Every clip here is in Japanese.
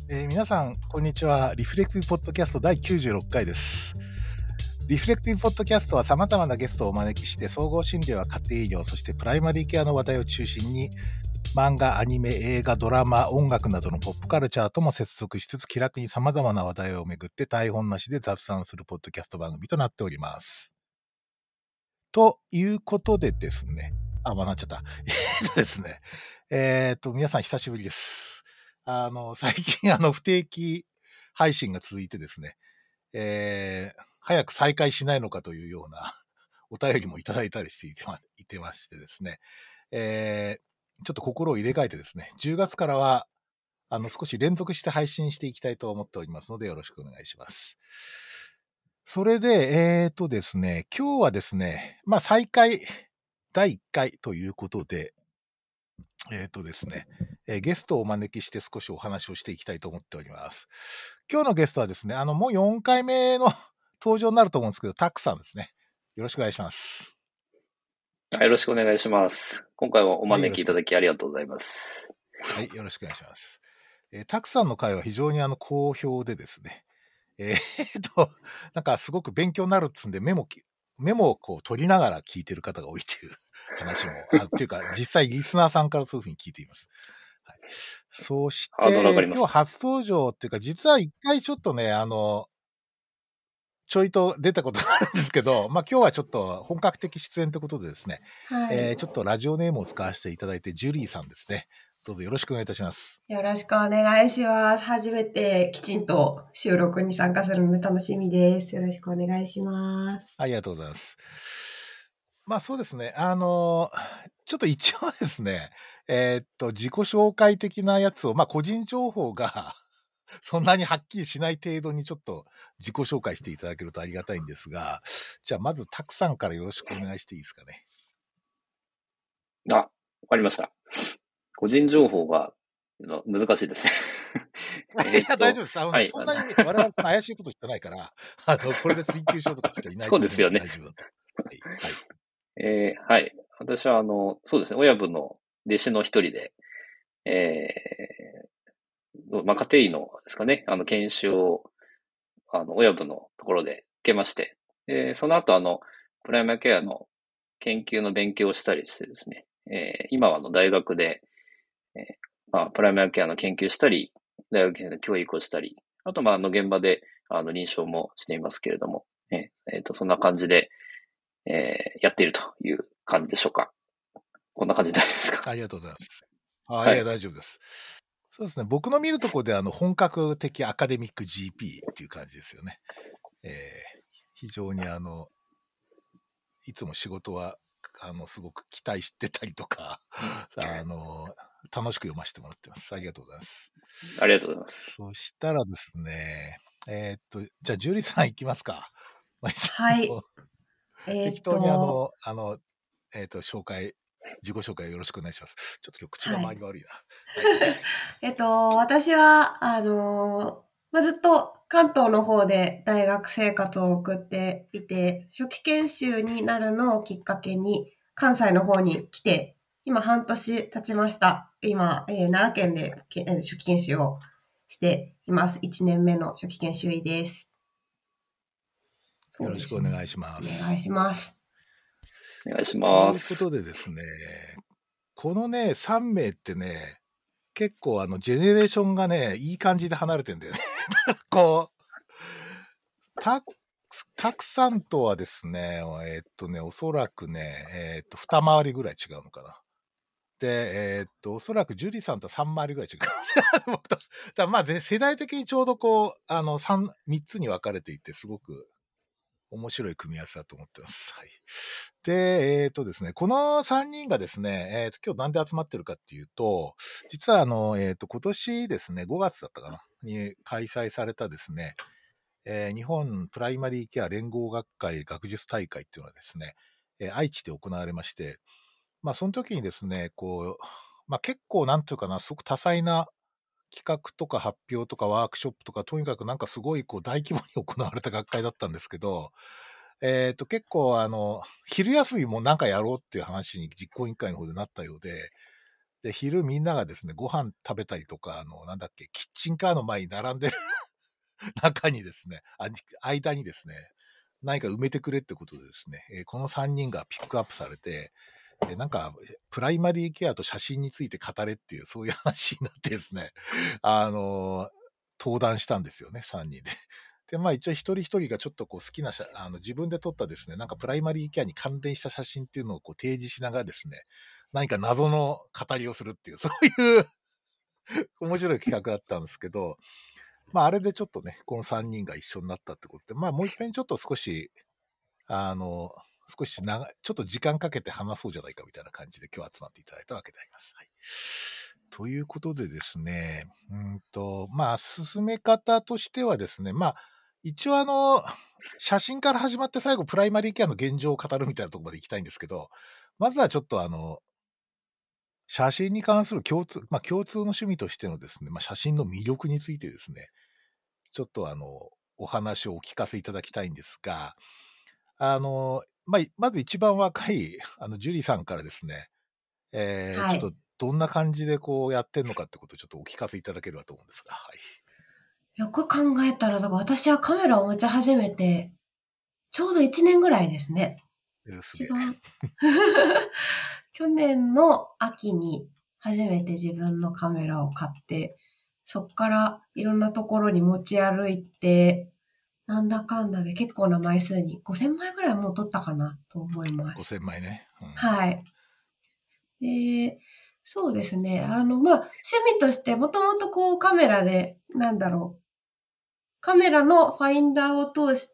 皆さん、こんにちは。リフレクティブポッドキャスト第96回です。リフレクティブポッドキャストは様々なゲストをお招きして、総合診療や家庭医療、そしてプライマリーケアの話題を中心に、漫画、アニメ、映画、ドラマ、音楽などのポップカルチャーとも接続しつつ、気楽に様々な話題をめぐって台本なしで雑談するポッドキャスト番組となっております。ということでですね。なっちゃった。ですね。皆さん久しぶりです。最近不定期配信が続いてですね、早く再開しないのかというようなお便りもいただいたりしていてましてですね、ちょっと心を入れ替えてですね、10月からは、少し連続して配信していきたいと思っておりますので、よろしくお願いします。それで、ですね、今日はですね、再開第1回ということで、ですね、ゲストをお招きして少しお話をしていきたいと思っております。今日のゲストはですね、もう4回目の登場になると思うんですけど、タックさんですね。よろしくお願いします。 よろしくお願いします。今回はお招きいただはきありがとうございます。 はい、よろしくお願いします。タックさんの回は非常に好評でですね、なんかすごく勉強になるっつうんでメモをこう取りながら聞いてる方が多いという話も、っていうか実際リスナーさんからそういうふうに聞いています。はい、そして、今日は初登場っていうか、実は一回ちょっとね、ちょいと出たことがあるんですけど、今日はちょっと本格的出演ということでですね、 はい。 ちょっとラジオネームを使わせていただいて、ジュリーさんですね。どうぞよろしくお願いいたします。 よろしくお願いします。初めてきちんと収録に参加するので楽しみです。よろしくお願いします。 ありがとうございます。そうですね。ちょっと一応ですね、自己紹介的なやつを、個人情報がそんなにはっきりしない程度にちょっと自己紹介していただけるとありがたいんですが、じゃあまずタクさんからよろしくお願いしていいですかね。 わかりました。個人情報が難しいですね。 いや、大丈夫です。 はい、 そんなに我々怪しいことしてないから、これで追求しようとかって人いないと思うので大丈夫だと。 はい。私は、そうですね、親分の弟子の一人で、家庭医のですかね、研修を、親分のところで受けまして、その後、プライマーケアの研究の勉強をしたりしてですね、今は大学で、プライマーケアの研究したり、大学で教育をしたり、あと、現場で、臨床もしていますけれども、そんな感じで、やっているという感じでしょうか。こんな感じで大丈夫ですか？ ありがとうございます。いや、大丈夫です。そうですね。僕の見るところで本格的アカデミック GP っていう感じですよね。非常にいつも仕事はすごく期待してたりとか楽しく読ませてもらってます。ありがとうございます。 ありがとうございます。 そしたらですね、じゃあジュリさんいきますか。 はい。 適当に自己紹介よろしくお願いします。ちょっと今日口が回り悪いな。 私は、ずっと関東の方で大学生活を送っていて、初期研修になるのをきっかけに関西の方に来て、今半年経ちました。今、奈良県で初期研修をしています。1年目の初期研修医です。 よろしくお願いします。 お願いします。 お願いしまとす。 いうことでですね、このね、3名ってね、結構ジェネレーションがね、いい感じで離れてんだよね。こう、たくさんとはですね、おそらくね、2回りぐらい違うのかな。で、おそらくジュリさんと3回りぐらい違う。だ世代的にちょうどこう、3つに分かれていて、すごく面白い組み合わせだと思ってます。はい。で、ですね、この3人がですね、今日なんで集まってるかっていうと、実は今年ですね、5月だったかな、に開催されたですね、日本プライマリーケア連合学会学術大会っていうのはですね、愛知で行われまして、その時にですね、こう、結構なんていうかな、すごく多彩な企画とか発表とかワークショップとか、とにかくなんかすごいこう大規模に行われた学会だったんですけど、結構昼休みもなんかやろうっていう話に実行委員会の方でなったようで、 で、昼みんながですね、ご飯食べたりとか、なんだっけ、キッチンカーの前に並んでる中にですね、間にですね、何か埋めてくれってことでですね、この3人がピックアップされて、なんか、プライマリーケアと写真について語れっていう、そういう話になってですね、登壇したんですよね、3人で。で、まあ一応一人一人がちょっとこう好きな自分で撮ったですね、なんかプライマリーケアに関連した写真っていうのをこう提示しながらですね、何か謎の語りをするっていう、そういう面白い企画だったんですけど、まああれでちょっとね、この3人が一緒になったってことで、まあもう一遍ちょっと少し、ちょっと時間かけて話そうじゃないかみたいな感じで今日集まっていただいたわけであります。はい。ということでですね、まあ進め方としてはですね、まあ一応写真から始まって最後プライマリーケアの現状を語るみたいなところまで行きたいんですけど、まずはちょっと写真に関する共通の趣味としてのですね、まあ写真の魅力についてですね、ちょっとお話をお聞かせいただきたいんですが、まあ、まず一番若い、ジュリーさんからですね、 はい。 ちょっとどんな感じでこうやってんのかってことをちょっとお聞かせいただければと思うんですが、はい。 よく考えたら、だから私はカメラを持ち始めて、ちょうど1年ぐらいですね。 すげえ。 一番。去年の秋に初めて自分のカメラを買って、そっからいろんなところに持ち歩いて、なんだかんだで結構な枚数に、5000枚ぐらいもう撮ったかなと思います。 5000枚ね。うん、 はい。で、そうですね。まあ、趣味としてもともとこうカメラで、カメラのファインダーを通して、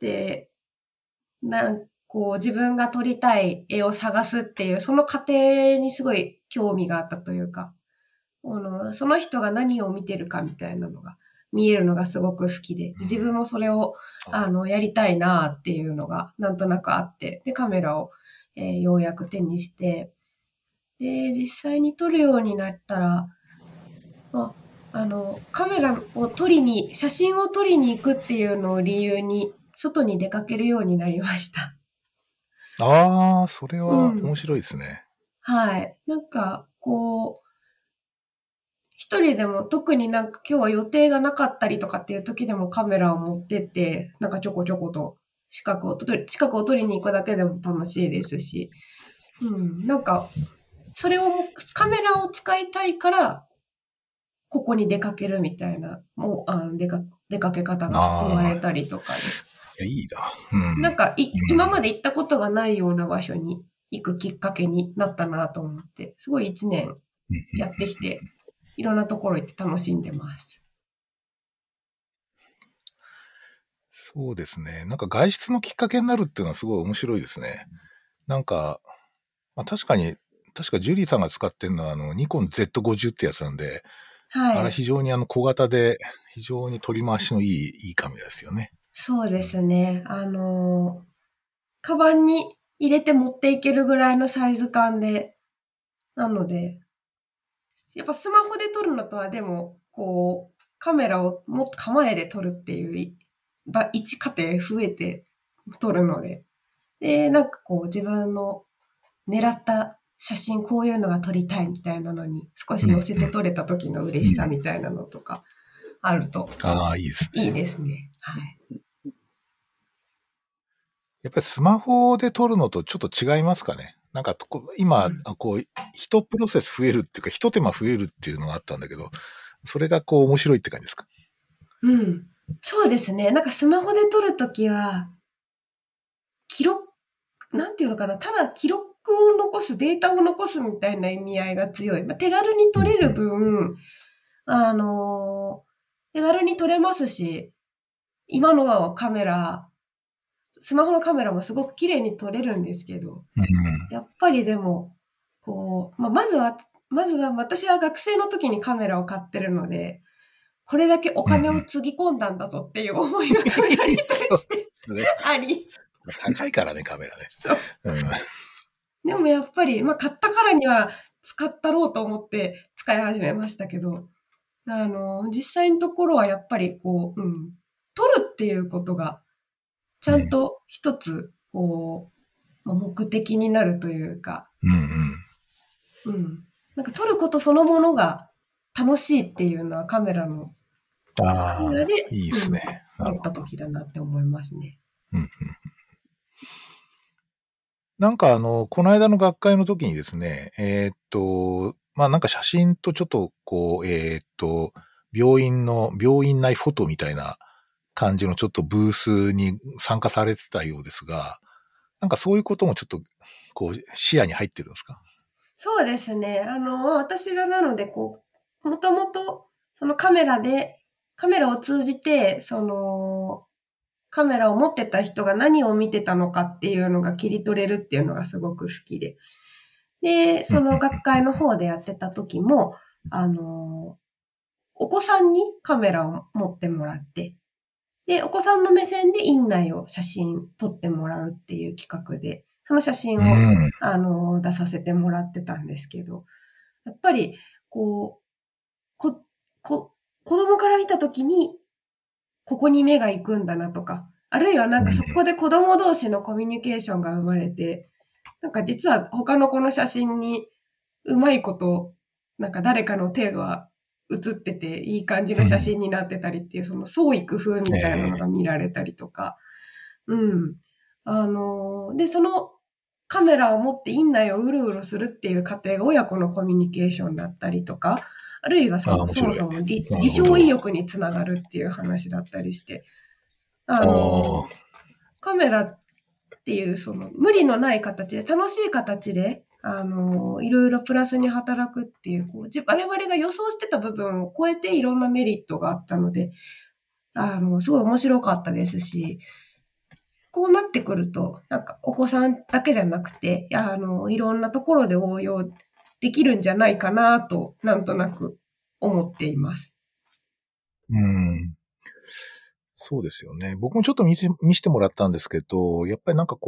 こう自分が撮りたい絵を探すっていう、その過程にすごい興味があったというか、その人が何を見てるかみたいなのが見えるのがすごく好きで、自分もそれを、やりたいなっていうのがなんとなくあって、で、カメラを、ようやく手にして、で、実際に撮るようになったら、まあ、カメラを写真を撮りに行くっていうのを理由に、外に出かけるようになりました。 ああ、それうん。 は面白いですね。 はい。こう、一人でも特に今日は予定がなかったりとかっていう時でもカメラを持ってって、ちょこちょこと近くを撮りに行くだけでも楽しいですし、うん。それをカメラを使いたいから、ここに出かけるみたいな、もう、出かけ方が含まれああ、 たりとかで。 いいな。うん。うん。 今まで行ったことがないような場所に行くきっかけになったなと思って、すごい1年やってきて、いろんなところ行って楽しんでます。 そうですね。なんか外出のきっかけになるっていうのはすごい面白いですね。なんか、まあ、確かジュリーさんが使ってるのはニコン Z50 ってやつなんで、あれはい。 非常に小型で、非常に取り回しのいいカメラですよね。 そうですね。カバンに入れて持っていけるぐらいのサイズ感で、なので、やっぱスマホで撮るのとはでも、こう、カメラをもっと構えで撮るっていう一過程増えて撮るので。で、自分の狙った写真こういうのが撮りたいみたいなのに少しうん、う寄ん、 せて撮れた時の嬉しさうん。 みたいなのとかあるとああ、いいですね。 いいですね。はい。 やっぱりスマホで撮るのとちょっと違いますかね。なんか今、 うん。 一プロセス増えるっていうか、一手間増えるっていうのがあったんだけど、それが面白いって感じですか。 うん。そうですね。スマホで撮るときは、記録、なんていうのかな、ただ記録を残す、データを残すみたいな意味合いが強い。手軽に撮れるうん、 分、あの手軽に撮れますし、今のスマホのカメラもすごく綺麗に撮れるんですけど、 うん。 やっぱりでも、まずは私は学生の時にカメラを買ってるので、これだけおうん、うん。 金をつぎ込んだんだぞっていう思いがカメラに対そうしてですね。 あり、 高いからね、カメラね。 そう。 うん。 でもやっぱり、買ったからには使ったろうと思って使い始めましたけど、実際のところはやっぱり撮るっていうことが、ちゃんうん。 と一つ、目的になるというか、 うん、うん。 うん。 なんか撮ることそのものが楽しいっていうのはカメラで、 いいですね。 撮った時だなって思いますね。 なんかこの間の学会の時にですね、なんか写真とちょっと病院内フォトみたいな感じのちょっとブースに参加されてたようですが、なんかそういうこともちょっと視野に入ってるんですか？ そうですね。私がなので、もともと、そのカメラを通じて、カメラを持ってた人が何を見てたのかっていうのが切り取れるっていうのがすごく好きで。で、その学会の方でやってた時も、お子さんにカメラを持ってもらって、で、お子さんの目線で院内を写真撮ってもらうっていう企画で、その写真を、出させてもらってたんですけど、やっぱり、こう、こ、こ、子供から見たときに、ここに目が行くんだなとか、あるいはなんかそこで子供同士のコミュニケーションが生まれて、なんか実は他の子の写真にうまいこと、なんか誰かの手が写ってていい感じの写真になってたりっていう、その創意工夫みたいなのが見られたりとか、うん。で、そのカメラを持って院内をうろうろするっていう過程が親子のコミュニケーションだったりとか、あるいはそもそも理想意欲につながるっていう話だったりして、カメラっていうその無理のない形で、楽しい形で、いろいろプラスに働くっていう、我々が予想してた部分を超えていろんなメリットがあったので、すごい面白かったですし、こうなってくると、なんかお子さんだけじゃなくて、いろんなところで応用できるんじゃないかなと、なんとなく思っています。 そうですよね。僕もちょっと見せてもらったんですけど、やっぱりなんか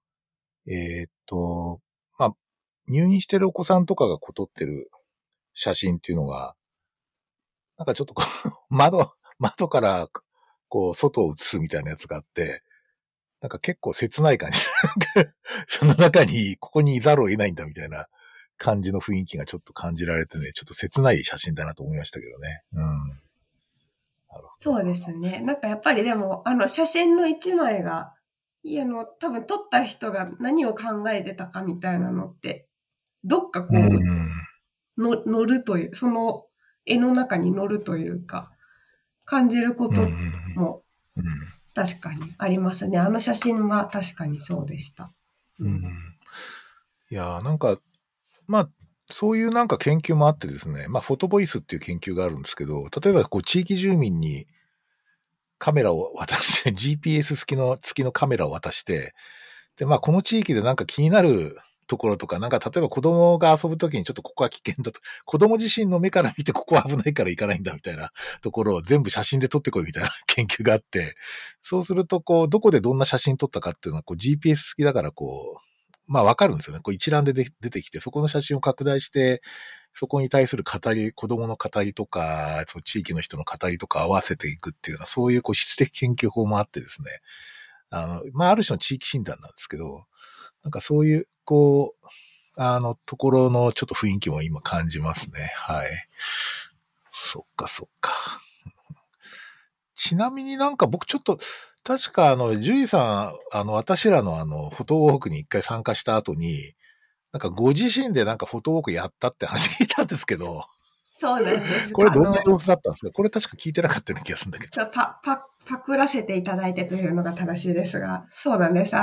まあ、入院してるお子さんとかが撮ってる写真っていうのが、なんかちょっと窓から外を映すみたいなやつがあって、なんか結構切ない感じ。その中に、ここにいざるを得ないんだみたいな感じの雰囲気がちょっと感じられてね、ちょっと切ない写真だなと思いましたけどね。なるほど。 そうですね。なんかやっぱりでも、写真の一枚が、多分撮った人が何を考えてたかみたいなのって、どっか乗るという、その絵の中に乗るというか、感じることも確かにありますね。あの写真は確かにそうでした。 いやーなんか、そういうなんか研究もあってですね、フォトボイスっていう研究があるんですけど、例えば地域住民にカメラを渡して、GPS 付きのカメラを渡して、で、この地域でなんか気になるところとか、なんか例えば子供が遊ぶときにちょっとここは危険だと、子供自身の目から見てここは危ないから行かないんだみたいなところを全部写真で撮ってこいみたいな研究があって、そうするとどこでどんな写真撮ったかっていうのはGPS 付きだからわかるんですよね。一覧で出てきて、そこの写真を拡大して、そこに対する語り、子供の語りとか、その地域の人の語りとか合わせていくっていうような、そういう質的研究法もあってですね。ある種の地域診断なんですけど、なんかそういう、ところのちょっと雰囲気も今感じますね。はい。そっかそっか。ちなみになんか僕ちょっと、確かジュリーさん、私らのフォトウォークに一回参加した後に、なんかご自身でなんかフォトウォークやったって話聞いたんですけど、 そうなんです。 これどんな様子だったんですか？これ確か聞いてなかったような気がするんだけど。 パクらせていただいてというのが正しいですが、そうなんです。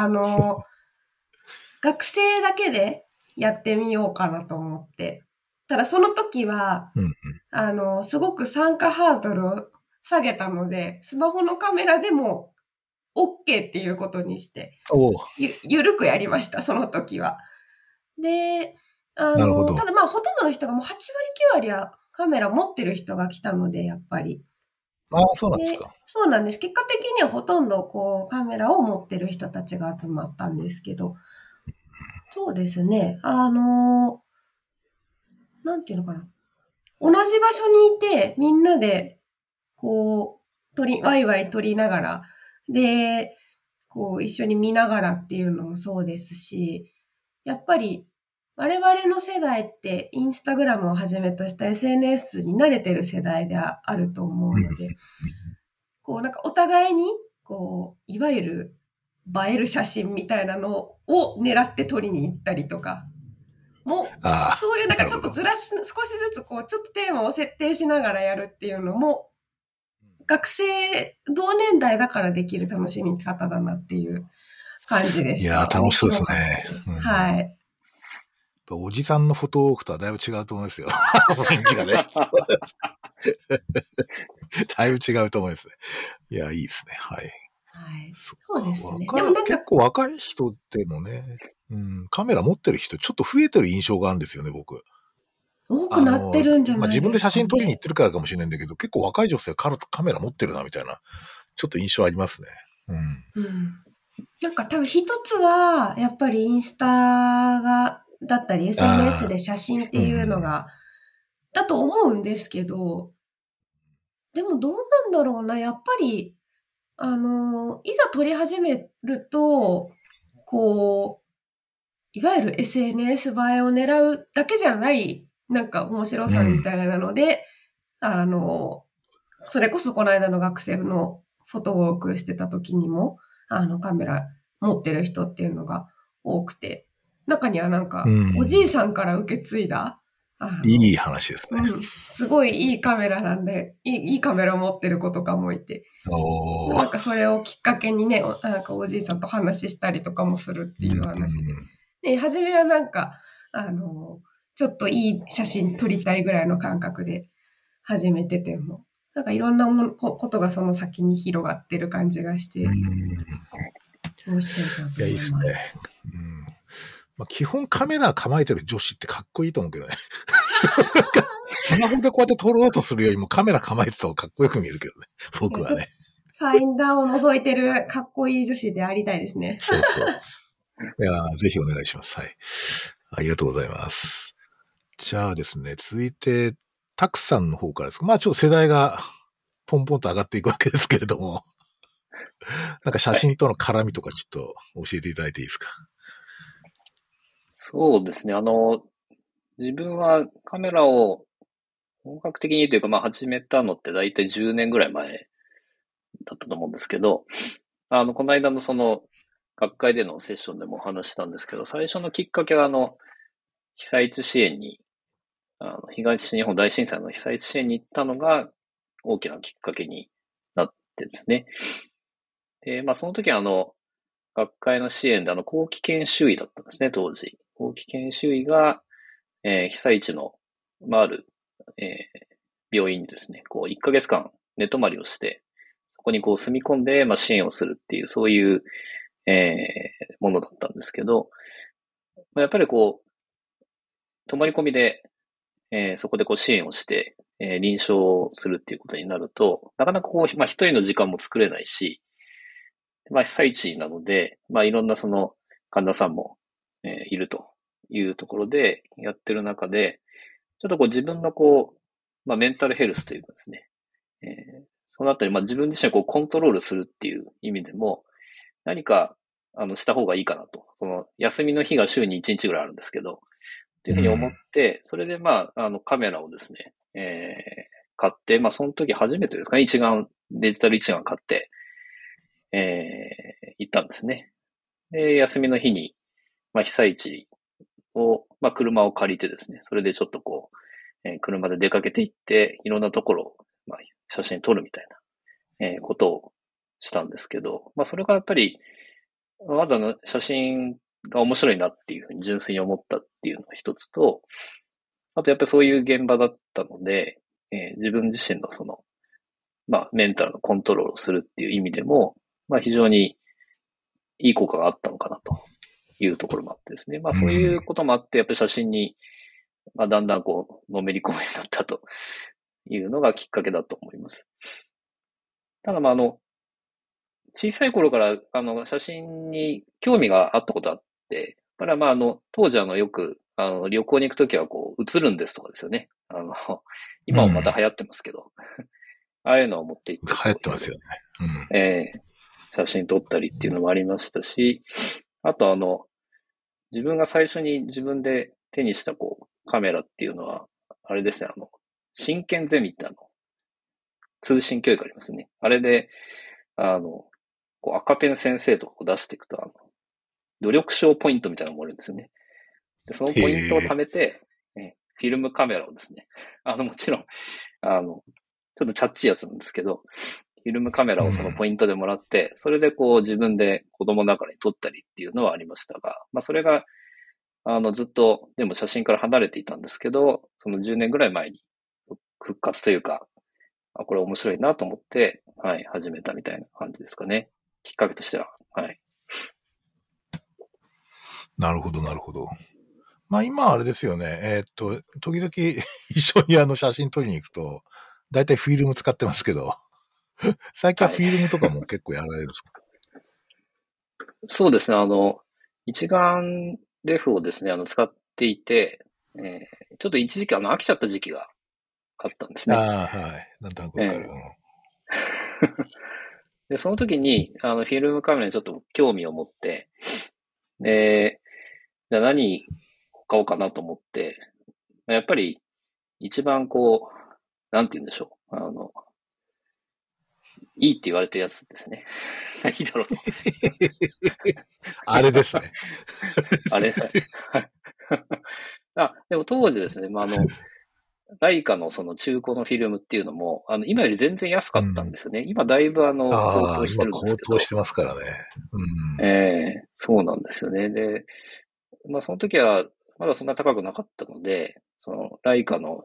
学生だけでやってみようかなと思って。ただその時は、すごく参加ハードルを下げたので、スマホのカメラでも OK っていうことにして、ゆるくやりました、その時は。で、 なるほど。 ただほとんどの人がもう8割9割はカメラ持ってる人が来たので、やっぱり。 そうなんですか。 そうなんです。結果的にはほとんどカメラを持ってる人たちが集まったんですけど、そうですね。なんていうのかな。同じ場所にいて、みんなで、ワイワイ撮りながら、で、一緒に見ながらっていうのもそうですし、やっぱり、 我々の世代ってインスタグラムをはじめとした SNS に慣れてる世代であると思うので、こうなんかお互いに、こう、いわゆる映える写真みたいなのを狙って撮りに行ったりとか、もそういうなんかちょっと少しずつこう、ちょっとテーマを設定しながらやるっていうのも、学生、同年代だからできる楽しみ方だなっていう感じでした。 いやー、楽しそうですね。 はい。 おじさんのフォトウォークとはだいぶ違うと思いますよ。雰囲気がね。だいぶ違うと思いますね。いや、いいですね。はい。 はい。そうですね。 でもなんか結構若い人でもね、カメラ持ってる人ちょっと増えてる印象があるんですよね、僕。 多くなってるんじゃないですか、ね。 自分で写真撮りに行ってるからかもしれないんだけど、結構若い女性はカメラ持ってるな、みたいな、ちょっと印象ありますね。 なんか多分一つは、やっぱりインスタだったり SNS で写真っていうのが、だと思うんですけど、でもどうなんだろうな、やっぱり、いざ撮り始めると、こう、いわゆる SNS 映えを狙うだけじゃない、なんか面白さみたいなので、それこそこの間の学生のフォトウォークしてた時にも、カメラ持ってる人っていうのが多くて、中にはなんか、おじいさんから受け継いだ、 いい話ですね。 すごいいいカメラなんで、いいカメラを持ってる子とかもいて、なんかそれをきっかけにね、なんかおじいさんと話したりとかもするっていう話で。で、初めはなんか、ちょっといい写真撮りたいぐらいの感覚で始めてても、なんかいろんなことがその先に広がってる感じがして、面白いなと思います。 いや、いいですね。基本カメラ構えてる女子ってかっこいいと思うけどね。スマホでこうやって撮ろうとするよりもカメラ構えてた方がかっこよく見えるけどね。僕はね。 ファインダーを覗いてるかっこいい女子でありたいですね。 そうそう。いや、ぜひお願いします。はい。ありがとうございます。じゃあですね、続いて、たくさんの方からです。ちょっと世代がポンポンと上がっていくわけですけれども、なんか写真との絡みとかちょっと教えていただいていいですか。 そうですね。自分はカメラを本格的にというか、始めたのって大体10年ぐらい前だったと思うんですけど、この間のその、学会でのセッションでもお話したんですけど、最初のきっかけは被災地支援に、東日本大震災の被災地支援に行ったのが大きなきっかけになってですね。で、その時は学会の支援で後期研修医だったんですね、当時。後期研修医が、被災地の、ある、病院にですね、1ヶ月間寝泊まりをして、そこに住み込んで、支援をするっていう、そういう、ものだったんですけど、やっぱり泊まり込みで、そこで支援をして、臨床するっていうことになると、なかなか一人の時間も作れないし、被災地なので、いろんなその患者さんも、いるというところでやってる中で、ちょっと自分のメンタルヘルスというかですね、そのあたり、自分自身をコントロールするっていう意味でも、何か、した方がいいかなと。休みの日が週に1日ぐらいあるんですけど、というふうに思って、それでカメラをですね、買って、その時初めてですかね、デジタル一眼買って、行ったんですね。で、休みの日に、被災地を、車を借りてですね、それでちょっと車で出かけて行って、いろんなところを、写真撮るみたいな、ことをしたんですけど、それがやっぱり、まず写真が面白いなっていうふうに純粋に思ったっていうのが一つと、あとやっぱりそういう現場だったので、自分自身のメンタルのコントロールをするっていう意味でも、非常にいい効果があったのかなというところもあってですね。そういうこともあって、やっぱり写真に、だんだんのめり込むようになったというのがきっかけだと思います。ただ小さい頃から、写真に興味があったことあって、これは当時よく、旅行に行くときは写るんですとかですよね。今もまた流行ってますけど、ああいうのを持って行って。 流行ってますよね。 写真撮ったりっていうのもありましたし、あと自分が最初に自分で手にしたカメラっていうのは、あれですね、真剣ゼミって通信教育ありますね。あれで、赤ペン先生とかを出していくと、努力賞ポイントみたいなのもあるんですよね。で、そのポイントを貯めて、フィルムカメラをですね、もちろん、ちょっとチャッチいやつなんですけど、フィルムカメラをそのポイントでもらって、それで自分で子供ながらに撮ったりっていうのはありましたが、まあそれが、ずっと、でも写真から離れていたんですけど、その10年ぐらい前に復活というか、これ面白いなと思って、はい、始めたみたいな感じですかね。きっかけとしては。はい。 なるほど、なるほど。まあ今あれですよね。時々一緒に写真撮りに行くと、だいたいフィルム使ってますけど、最近はフィルムとかも結構やられるんですか？ そうですね。一眼レフをですね、使っていて、ちょっと一時期飽きちゃった時期があったんですね。 ああ、はい。なんとなくわかる。 で、その時に、フィルムカメラにちょっと興味を持って、で、じゃあ何買おうかなと思って、やっぱり一番なんて言うんでしょう。いいって言われてるやつですね。いいだろうと。 あれですね。 あれ。でも当時ですね、ライカのその中古のフィルムっていうのも、今より全然安かったんですよね。今だいぶ高騰して今るんですけど。 高騰してますからね。 そうなんですよね。で、まあその時はまだそんな高くなかったので、そのライカの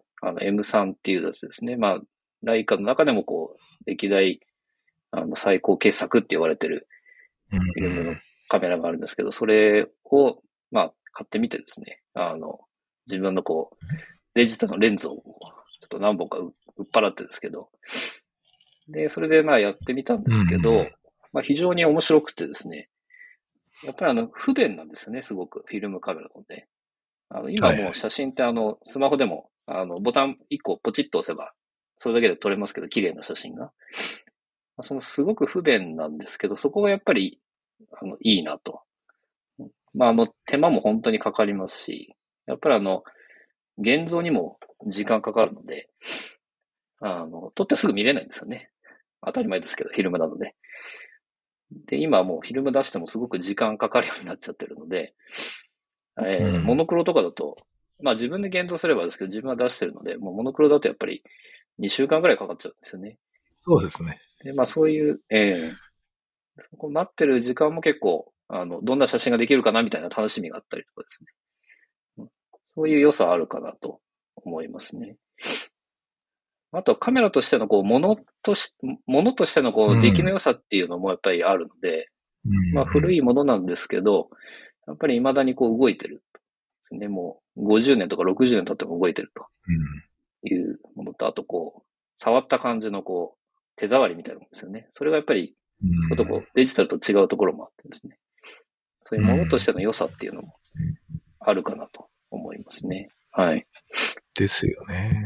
M3 っていうやつですね。まあ、ライカの中でも歴代最高傑作って言われてるフィルムのカメラがあるんですけど、それを、まあ、買ってみてですね、自分のデジタルのレンズをちょっと何本か売っ払ってですけど、で、それでまあやってみたんですけど、まあ非常に面白くてですね、やっぱり不便なんですよね、すごく、フィルムカメラので。今もう写真ってスマホでも、ボタン1個ポチッと押せば、それだけで撮れますけど、綺麗な写真が。そのすごく不便なんですけど、そこがやっぱり、いいなと。まあ、手間も本当にかかりますし、やっぱり現像にも時間かかるので、撮ってすぐ見れないんですよね。当たり前ですけど、フィルムなので。で、今はもうフィルム出してもすごく時間かかるようになっちゃってるので、モノクロとかだと、まあ自分で現像すればですけど、自分は出してるので、もうモノクロだとやっぱり2週間ぐらいかかっちゃうんですよね。 そうですね。 で、まあそういう、そこ待ってる時間も結構、どんな写真ができるかなみたいな楽しみがあったりとかですね。そういう良さあるかなと思いますね。あとはカメラとしてのものとしての出来の良さっていうのもやっぱりあるので、まあ古いものなんですけど、やっぱり未だに動いてるですね。もう50年とか60年経っても動いてるというものと、あと触った感じの手触りみたいなものですよね。それがやっぱり、ちょっとデジタルと違うところもあってですね。そういうものとしての良さっていうのもあるかなと思いますね。はい。 ですよね。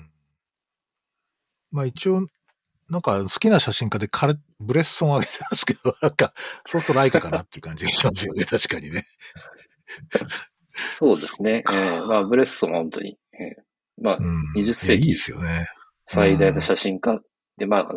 まあ一応、なんか好きな写真家でブレッソンを上げてますけど、なんか、そうするとライカかなっていう感じがしますよね、確かにね。 そうですね。まあブレッソンは本当に、まあ20世紀最大の写真家で、まあ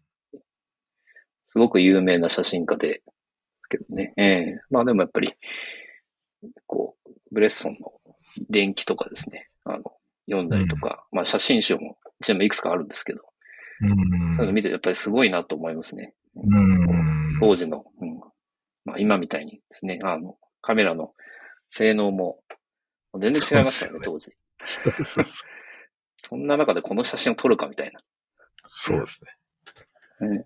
すごく有名な写真家ですけどね。まあでもやっぱり、ブレッソンの伝記とかですね、読んだりとか、まあ写真集も一応いくつかあるんですけど、そういうの見てやっぱりすごいなと思いますね。当時の、まあ今みたいにですね、カメラの性能も全然違いましたよね、当時。そんな中でこの写真を撮るかみたいな。 そうですね。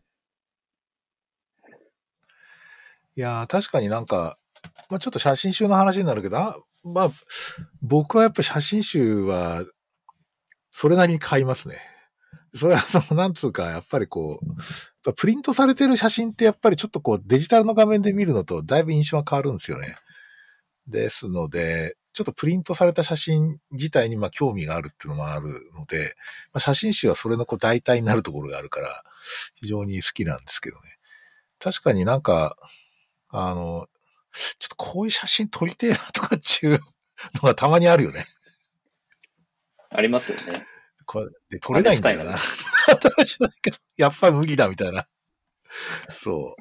いやー、確かになんか、まあちょっと写真集の話になるけど、まあ、僕はやっぱ写真集は、それなりに買いますね。それはなんつうか、やっぱりプリントされてる写真ってやっぱりちょっとデジタルの画面で見るのとだいぶ印象が変わるんですよね。ですので、ちょっとプリントされた写真自体に興味があるっていうのもあるので、写真集はそれの代替になるところがあるから、非常に好きなんですけどね。確かになんか、ちょっとこういう写真撮りてえなとかっていうのがたまにあるよね。 ありますよね。 これで取れないんだよな。やっぱり無理だみたいな。そう。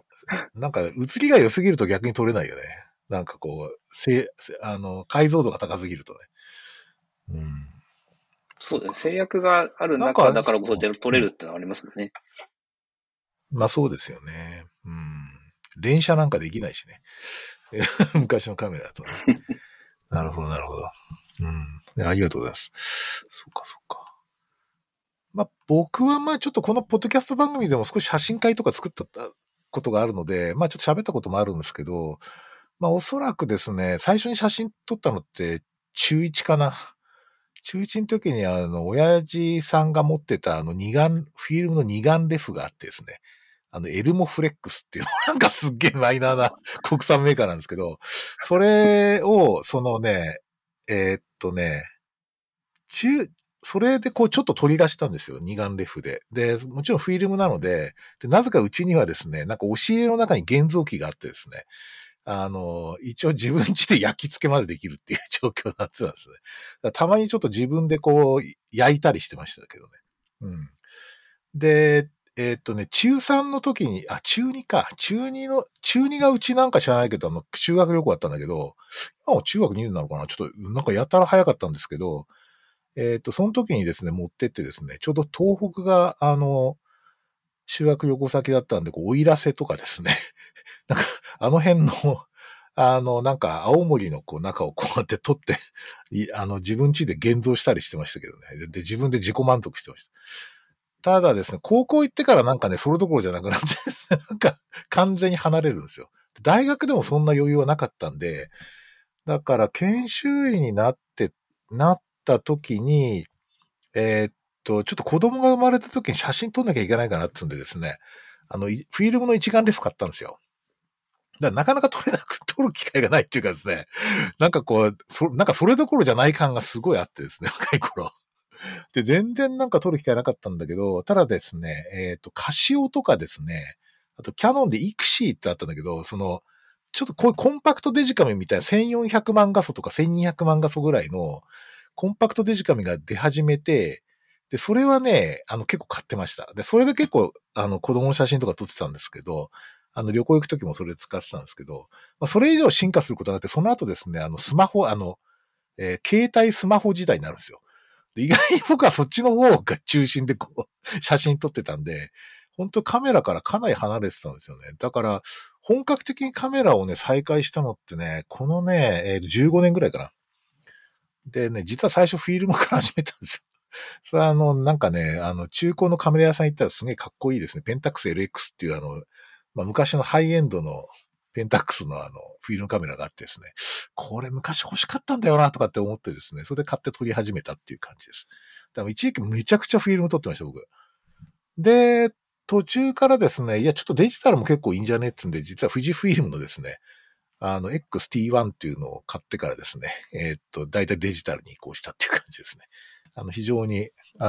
なんか、映りが良すぎると逆に取れないよね。なんかこう、解像度が高すぎるとね。うん。 そうですね。制約があるなんか中だからこそ取れるってのはありますもんね。 まあそうですよね。うん。連写なんかできないしね。昔のカメラだとね。なるほど、なるほど。うん。ありがとうございます。そうか、そうか。まあ僕はまあちょっとこのポッドキャスト番組でも少し写真会とか作ったことがあるので、まあちょっと喋ったこともあるんですけど、まあおそらくですね、最初に写真撮ったのって中1かな。中1の時に親父さんが持ってたフィルムの二眼レフがあってですね、エルモフレックスっていうのなんかすっげえマイナーな国産メーカーなんですけど、それを、えーっとね、中、それでこうちょっと取り出したんですよ。二眼レフで。で、もちろんフィルムなので、なぜかうちにはですね、なんか押し入れの中に現像機があってですね、一応自分家で焼き付けまでできるっていう状況になってたんですね。たまにちょっと自分でこう、焼いたりしてましたけどね。うん。で、中3の時に、中2か。中2がうちなんか知らないけど、修学旅行だったんだけど、今も中学2年なのかなちょっと、なんかやたら早かったんですけど、その時にですね、持ってってですね、ちょうど東北が、修学旅行先だったんで、こう、奥入瀬とかですね、なんか、あの辺の、なんか、青森のこう中をこうやって撮って、自分家で現像したりしてましたけどね。で、自分で自己満足してました。ただですね、高校行ってからなんかね、それどころじゃなくなってですね、なんか完全に離れるんですよ。大学でもそんな余裕はなかったんで、だから研修医になった時に、ちょっと子供が生まれた時に写真撮んなきゃいけないかなってんでですね、フィルムの一眼レフ買ったんですよ。だからなかなか撮る機会がないっていうかですね、なんかこう、なんかそれどころじゃない感がすごいあってですね、若い頃。で、全然なんか撮る機会なかったんだけど、ただですね、カシオとかですね、あとキャノンでイクシーってあったんだけど、ちょっとこういうコンパクトデジカメみたいな1400万画素とか1200万画素ぐらいのコンパクトデジカメが出始めて、で、それはね、結構買ってました。で、それで結構、子供の写真とか撮ってたんですけど、旅行行くときもそれ使ってたんですけど、まあ、それ以上進化することがあって、その後ですね、スマホ、携帯スマホ時代になるんですよ。で意外に僕はそっちの方が中心でこう、写真撮ってたんで、本当カメラからかなり離れてたんですよね。だから、本格的にカメラをね、再開したのってね、このね、15年ぐらいかな。でね、実は最初フィルムから始めたんですよ。それはなんかね、中古のカメラ屋さん行ったらすげえかっこいいですね。ペンタックス LX っていうまあ、昔のハイエンドのペンタックスのフィルムカメラがあってですね、これ昔欲しかったんだよなとかって思ってですね、それで買って撮り始めたっていう感じです。だから一時期めちゃくちゃフィルム撮ってました、僕。で、途中からですね、いや、ちょっとデジタルも結構いいんじゃねってんで、実は富士フィルムのですね、XT1 っていうのを買ってからですね、だいたいデジタルに移行したっていう感じですね。非常に、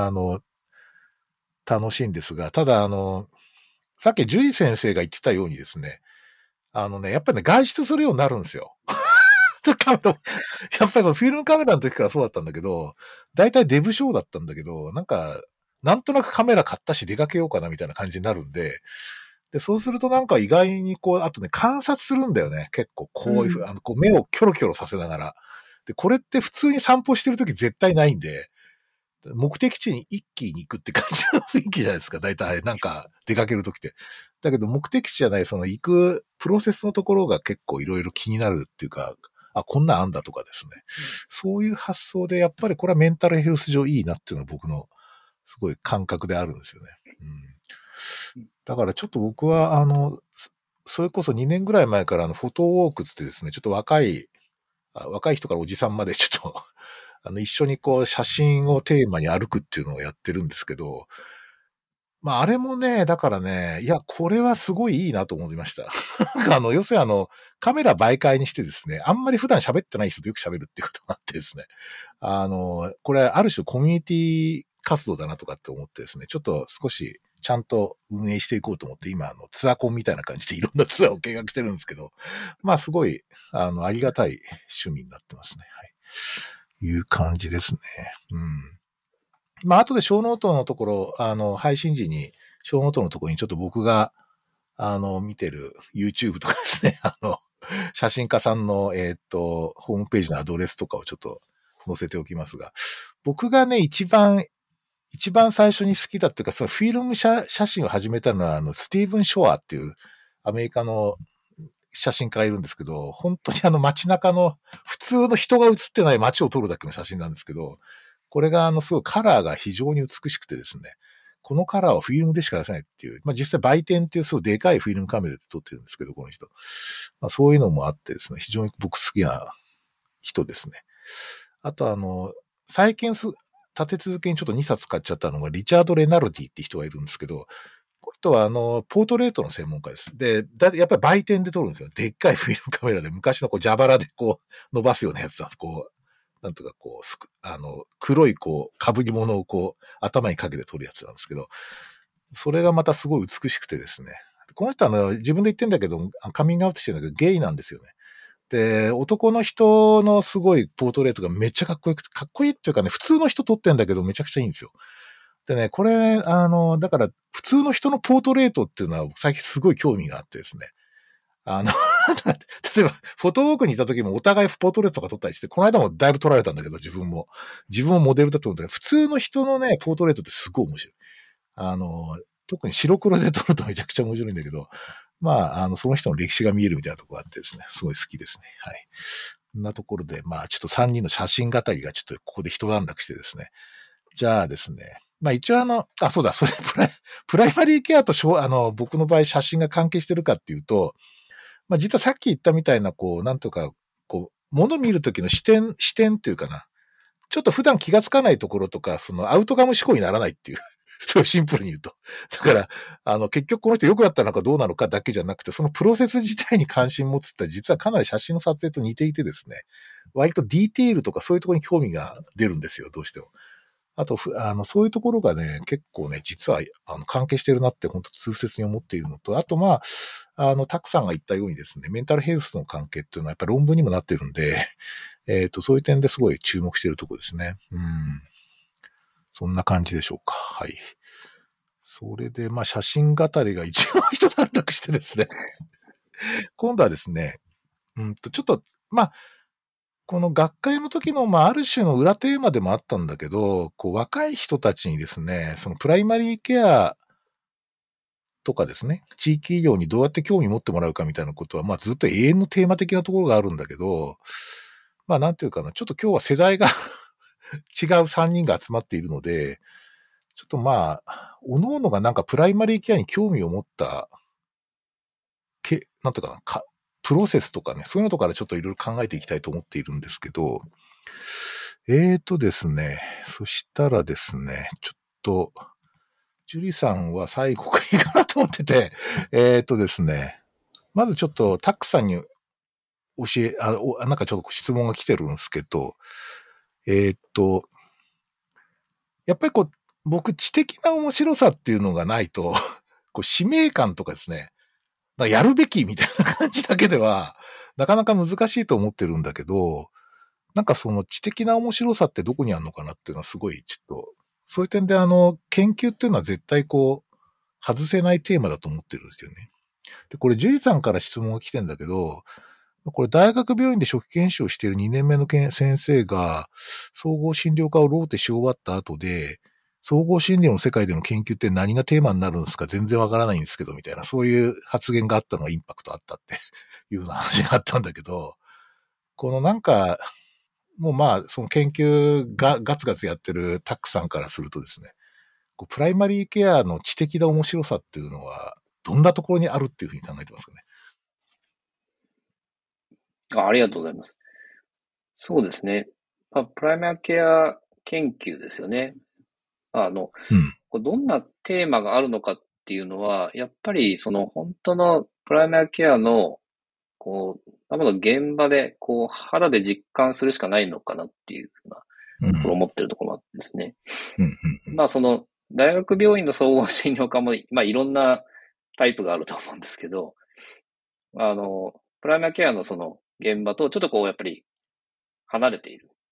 楽しいんですが、ただ、さっきジュリ先生が言ってたようにですね、やっぱりね、外出するようになるんですよ。カメラ、やっぱりそのフィルムカメラの時からそうだったんだけど、だいたいデブショーだったんだけど、なんとなくカメラ買ったし出かけようかなみたいな感じになるんで、で、そうするとなんか意外にこう、あとね、観察するんだよね。結構こういうふう、こう目をキョロキョロさせながら。で、これって普通に散歩してる時絶対ないんで、目的地に一気に行くって感じの雰囲気じゃないですか。大体なんか出かけるときって。だけど目的地じゃない、その行くプロセスのところが結構いろいろ気になるっていうか、こんなんあんだとかですね。そういう発想でやっぱりこれはメンタルヘルス上いいなっていうのは僕のすごい感覚であるんですよね。だからちょっと僕はそれこそ2年ぐらい前からフォトウォークってですね、ちょっと若い人からおじさんまでちょっと一緒にこう写真をテーマに歩くっていうのをやってるんですけど、まああれもね、だからね、いや、これはすごいいいなと思いました。なんか要するにカメラ媒介にしてですね、あんまり普段喋ってない人とよく喋るっていうことがあってですね、これある種コミュニティ活動だなとかって思ってですね、ちょっと少しちゃんと運営していこうと思って、今ツアコンみたいな感じでいろんなツアーを計画してるんですけど、まあすごい、ありがたい趣味になってますね。はい。 いう感じですね。うん。まあ、後で小ノートのところ、配信時に、小ノートのところにちょっと僕が、見てる YouTube とかですね、写真家さんの、ホームページのアドレスとかをちょっと載せておきますが、僕がね、一番最初に好きだっていうか、そのフィルム写真を始めたのは、スティーブン・ショアっていうアメリカの写真家がいるんですけど、本当に街中の普通の人が写ってない街を撮るだけの写真なんですけど、これがすごいカラーが非常に美しくてですね、このカラーはフィルムでしか出せないっていう、まあ実際売店っていうすごいでかいフィルムカメラで撮ってるんですけど、この人。まあそういうのもあってですね、非常に僕好きな人ですね。あと最近立て続けにちょっと2冊買っちゃったのが、リチャード・レナルディって人がいるんですけど、この人はポートレートの専門家です。で、やっぱり売店で撮るんですよ。でっかいフィルムカメラで、昔の蛇腹で伸ばすようなやつなんです。なんとか黒い被り物を頭にかけて撮るやつなんですけど、それがまたすごい美しくてですね。この人は自分で言ってんだけど、カミングアウトしてるんだけど、ゲイなんですよね。で、男の人のすごいポートレートがめっちゃかっこよくて、かっこいいっていうかね、普通の人撮ってんだけどめちゃくちゃいいんですよ。でね、これ、だから、普通の人のポートレートっていうのは、最近すごい興味があってですね。例えば、フォトウォークにいた時もお互いポートレートとか撮ったりして、この間もだいぶ撮られたんだけど、自分もモデルだと思うんだけど、普通の人のね、ポートレートってすごい面白い。特に白黒で撮るとめちゃくちゃ面白いんだけど、まあ、その人の歴史が見えるみたいなところがあってですね、すごい好きですね。はい。こんなところで、まあ、ちょっと3人の写真語りがちょっとここで一段落してですね。じゃあですね。まあ一応そうだ、それプライマリーケアと僕の場合写真が関係してるかっていうと、まあ実はさっき言ったみたいな、なんとか、物見るときの視点っていうかな。ちょっと普段気がつかないところとか、そのアウトカム思考にならないっていう。そうシンプルに言うと。だから、結局この人良くなったのかどうなのかだけじゃなくて、そのプロセス自体に関心持つって実はかなり写真の撮影と似ていてですね、割とディテールとかそういうところに興味が出るんですよ、どうしても。あと、そういうところがね、結構ね、実は、関係してるなって、本当痛切に思っているのと、あと、まあ、タクさんが言ったようにですね、メンタルヘルスの関係っていうのはやっぱり論文にもなってるんで、そういう点ですごい注目しているところですね。うん。そんな感じでしょうか。はい。それで、まあ、写真語りが一番一段落してですね、今度はですね、ちょっと、まあ、この学会の時の、まあ、ある種の裏テーマでもあったんだけど、若い人たちにですね、そのプライマリーケアとかですね、地域医療にどうやって興味持ってもらうかみたいなことは、まあ、ずっと永遠のテーマ的なところがあるんだけど、まあ、なんていうかな、ちょっと今日は世代が違う3人が集まっているので、ちょっとまあ、各々がなんかプライマリーケアに興味を持った、なんていうかな、プロセスとかね、そういうのとかでちょっといろいろ考えていきたいと思っているんですけど、ですね、そしたらですね、ちょっと、ジュリさんは最後がいいかなと思ってて、ですね、まずちょっとタックさんになんかちょっと質問が来てるんですけど、やっぱり僕知的な面白さっていうのがないと、使命感とかですね、やるべきみたいな感じだけでは、なかなか難しいと思ってるんだけど、なんかその知的な面白さってどこにあるのかなっていうのはすごいちょっと、そういう点で研究っていうのは絶対外せないテーマだと思ってるんですよね。で、これジュリさんから質問が来てんだけど、これ大学病院で初期研修をしている2年目の先生が、総合診療科をローテし終わった後で、総合診療の世界での研究って何がテーマになるんですか全然わからないんですけど、みたいな、そういう発言があったのがインパクトあったっていうような話があったんだけど、このなんか、もうまあ、その研究がガツガツやってるタックさんからするとですね、プライマリーケアの知的な面白さっていうのは、どんなところにあるっていうふうに考えてますかね。 ありがとうございます。そうですね。プライマーケア研究ですよね。どんなテーマがあるのかっていうのは、やっぱりその本当のプライマーケアの、現場で、肌で実感するしかないのかなっていうふうな、思ってるところもあってですね。大学病院の総合診療科も、いろんなタイプがあると思うんですけど、プライマーケアのその現場とちょっとやっぱり離れている。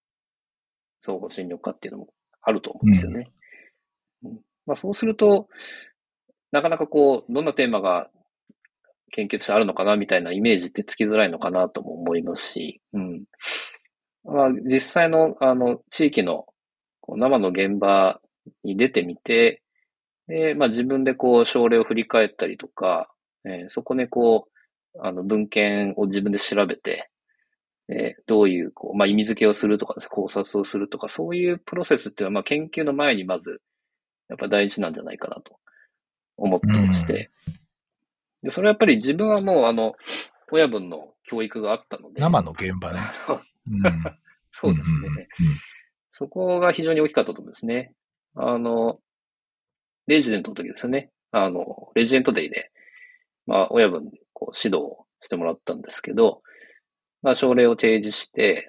総合診療科っていうのもあると思うんですよね。まあ、そうすると、なかなかこう、どんなテーマが研究としてあるのかなみたいなイメージってつきづらいのかなとも思いますし、まあ、実際の、地域のこう生の現場に出てみて、で、まあ自分でこう、症例を振り返ったりとか、そこでこう、文献を自分で調べて、どういう、こう、まあ意味付けをするとかですね、考察をするとか、そういうプロセスっていうのは、まあ研究の前にまず、やっぱ大事なんじゃないかなと思ってまして、で、それはやっぱり自分はもう親分の教育があったので。 生の現場ね。 そうですね。そこが非常に大きかったと思うんですね。レジデントの時ですよね。レジデントデイで、まあ、親分にこう指導をしてもらったんですけど、まあ、症例を提示して、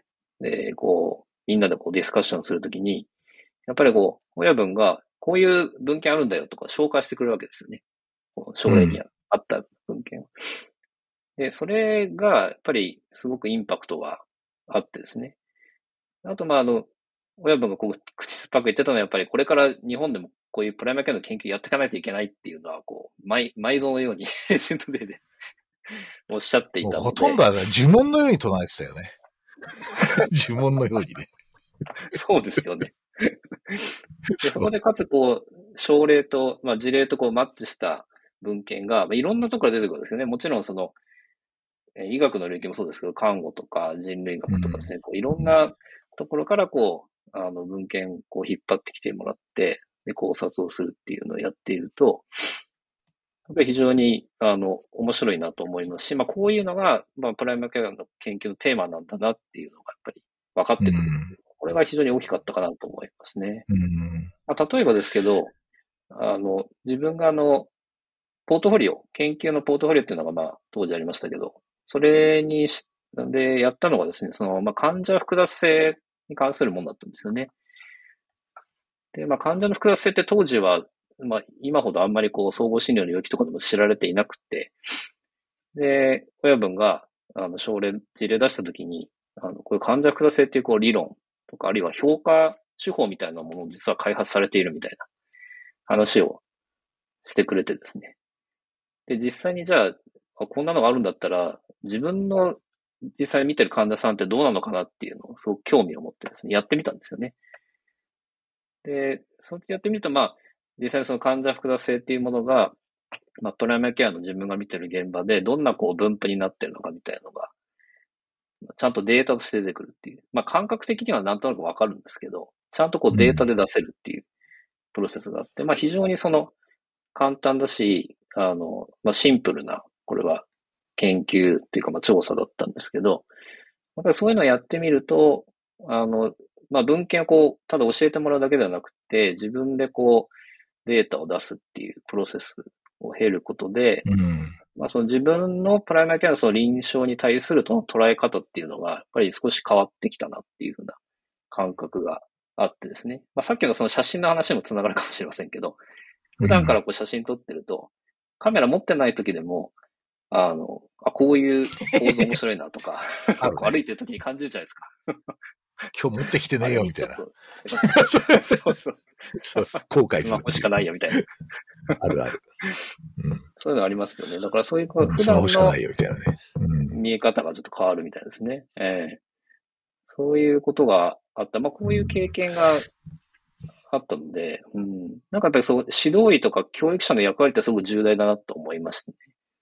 で、こう、みんなでこうディスカッションするときに、やっぱりこう、親分が、こういう文献あるんだよとか紹介してくれるわけですよね。こう症例にあった文献を。で、それが、やっぱり、すごくインパクトがあってですね。あと、まあ、親分がこう、口酸っぱく言ってたのは、やっぱり、これから日本でもこういうプライマーケアの研究やっていかないといけないっていうのは、こう、毎度のように、レジェンドデーでおっしゃっていたので。 ほとんどは呪文のように唱えてたよね。呪文のようにね。 そうですよね。でそこでかつ、こう、症例と、まあ、事例とこう、マッチした文献が、まあ、いろんなところから出てくるんですよね。もちろん、その、医学の領域もそうですけど、看護とか人類学とかですね、こういろんなところからこう、文献をこう引っ張ってきてもらって、で、考察をするっていうのをやっていると、やっぱり非常に、面白いなと思いますし、まあ、こういうのが、まあ、プライマーケアの研究のテーマなんだなっていうのが、やっぱり分かってくる。これが非常に大きかったかなと思いますね。まあ、例えばですけど、自分がポートフォリオ、研究のポートフォリオっていうのが、まあ、当時ありましたけど、それにで、やったのがですね、その、まあ、患者複雑性に関するものだったんですよね。で、まあ、患者の複雑性って当時は、まあ、今ほどあんまりこう、総合診療の領域とかでも知られていなくて、で、親分が、症例、事例出したときに、こういう患者複雑性っていうこう、理論とか、あるいは評価手法みたいなものを実は開発されているみたいな話をしてくれてですね。で、実際にじゃあ、こんなのがあるんだったら、自分の実際に見てる患者さんってどうなのかなっていうのをすごく興味を持ってですね、やってみたんですよね。で、そうやってみると、まあ、実際にその患者複雑性っていうものが、まあ、プライマーケアの自分が見てる現場でどんなこう分布になってるのかみたいなのが、ちゃんとデータとして出てくるっていう。まあ、感覚的にはなんとなくわかるんですけど、ちゃんとこうデータで出せるっていうプロセスがあって、まあ、非常にその簡単だし、まあ、シンプルな、これは研究っていうか、まあ、調査だったんですけど、やっぱりそういうのをやってみると、まあ、文献をこう、ただ教えてもらうだけではなくて、自分でこう、データを出すっていうプロセスを経ることで、まあ、その自分のプライマーケアのその臨床に対するとの捉え方っていうのが、やっぱり少し変わってきたなっていうふうな感覚があってですね。まあ、さっきのその写真の話もつながるかもしれませんけど、普段からこう写真撮ってると、カメラ持ってない時でも、こういう構造面白いなとか、歩いてる時に感じるじゃないですか。 今日持ってきてねえよみたいな。 そうそう。 後悔する。 スマホしかないよみたいな。 あるある。 そういうのありますよね。だからそういう普段のスマホしかないよみたいなね。 見え方がちょっと変わるみたいですね。そういうことがあった。まあこういう経験があったので、なんかやっぱりそう、指導医とか教育者の役割ってすごく重大だなと思いましたね。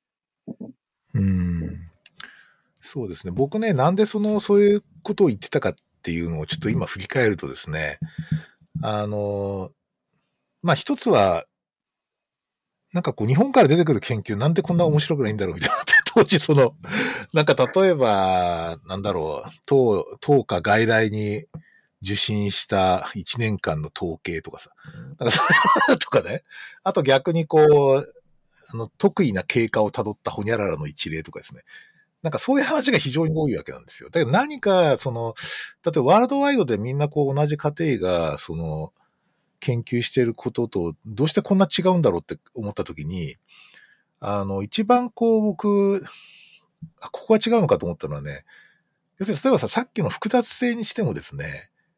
そうですね。僕ね、なんでそういうことを言ってたかっていうのをちょっと今振り返るとですね、まあ一つは、なんかこう日本から出てくる研究なんでこんな面白くないんだろうみたいな。当時なんか例えば、なんだろう、当科外来に受診した1年間の統計とかさ。なんかそういうとかね。あと逆にこう、得意な経過をたどったホニャララの一例とかですね。なんかそういう話が非常に多いわけなんですよ。だから何か、例えばワールドワイドでみんなこう同じ過程が、研究していることと、どうしてこんな違うんだろうって思ったときに、一番こう僕、ここが違うのかと思ったのはね、要するに例えばさっきの複雑性にしてもですね、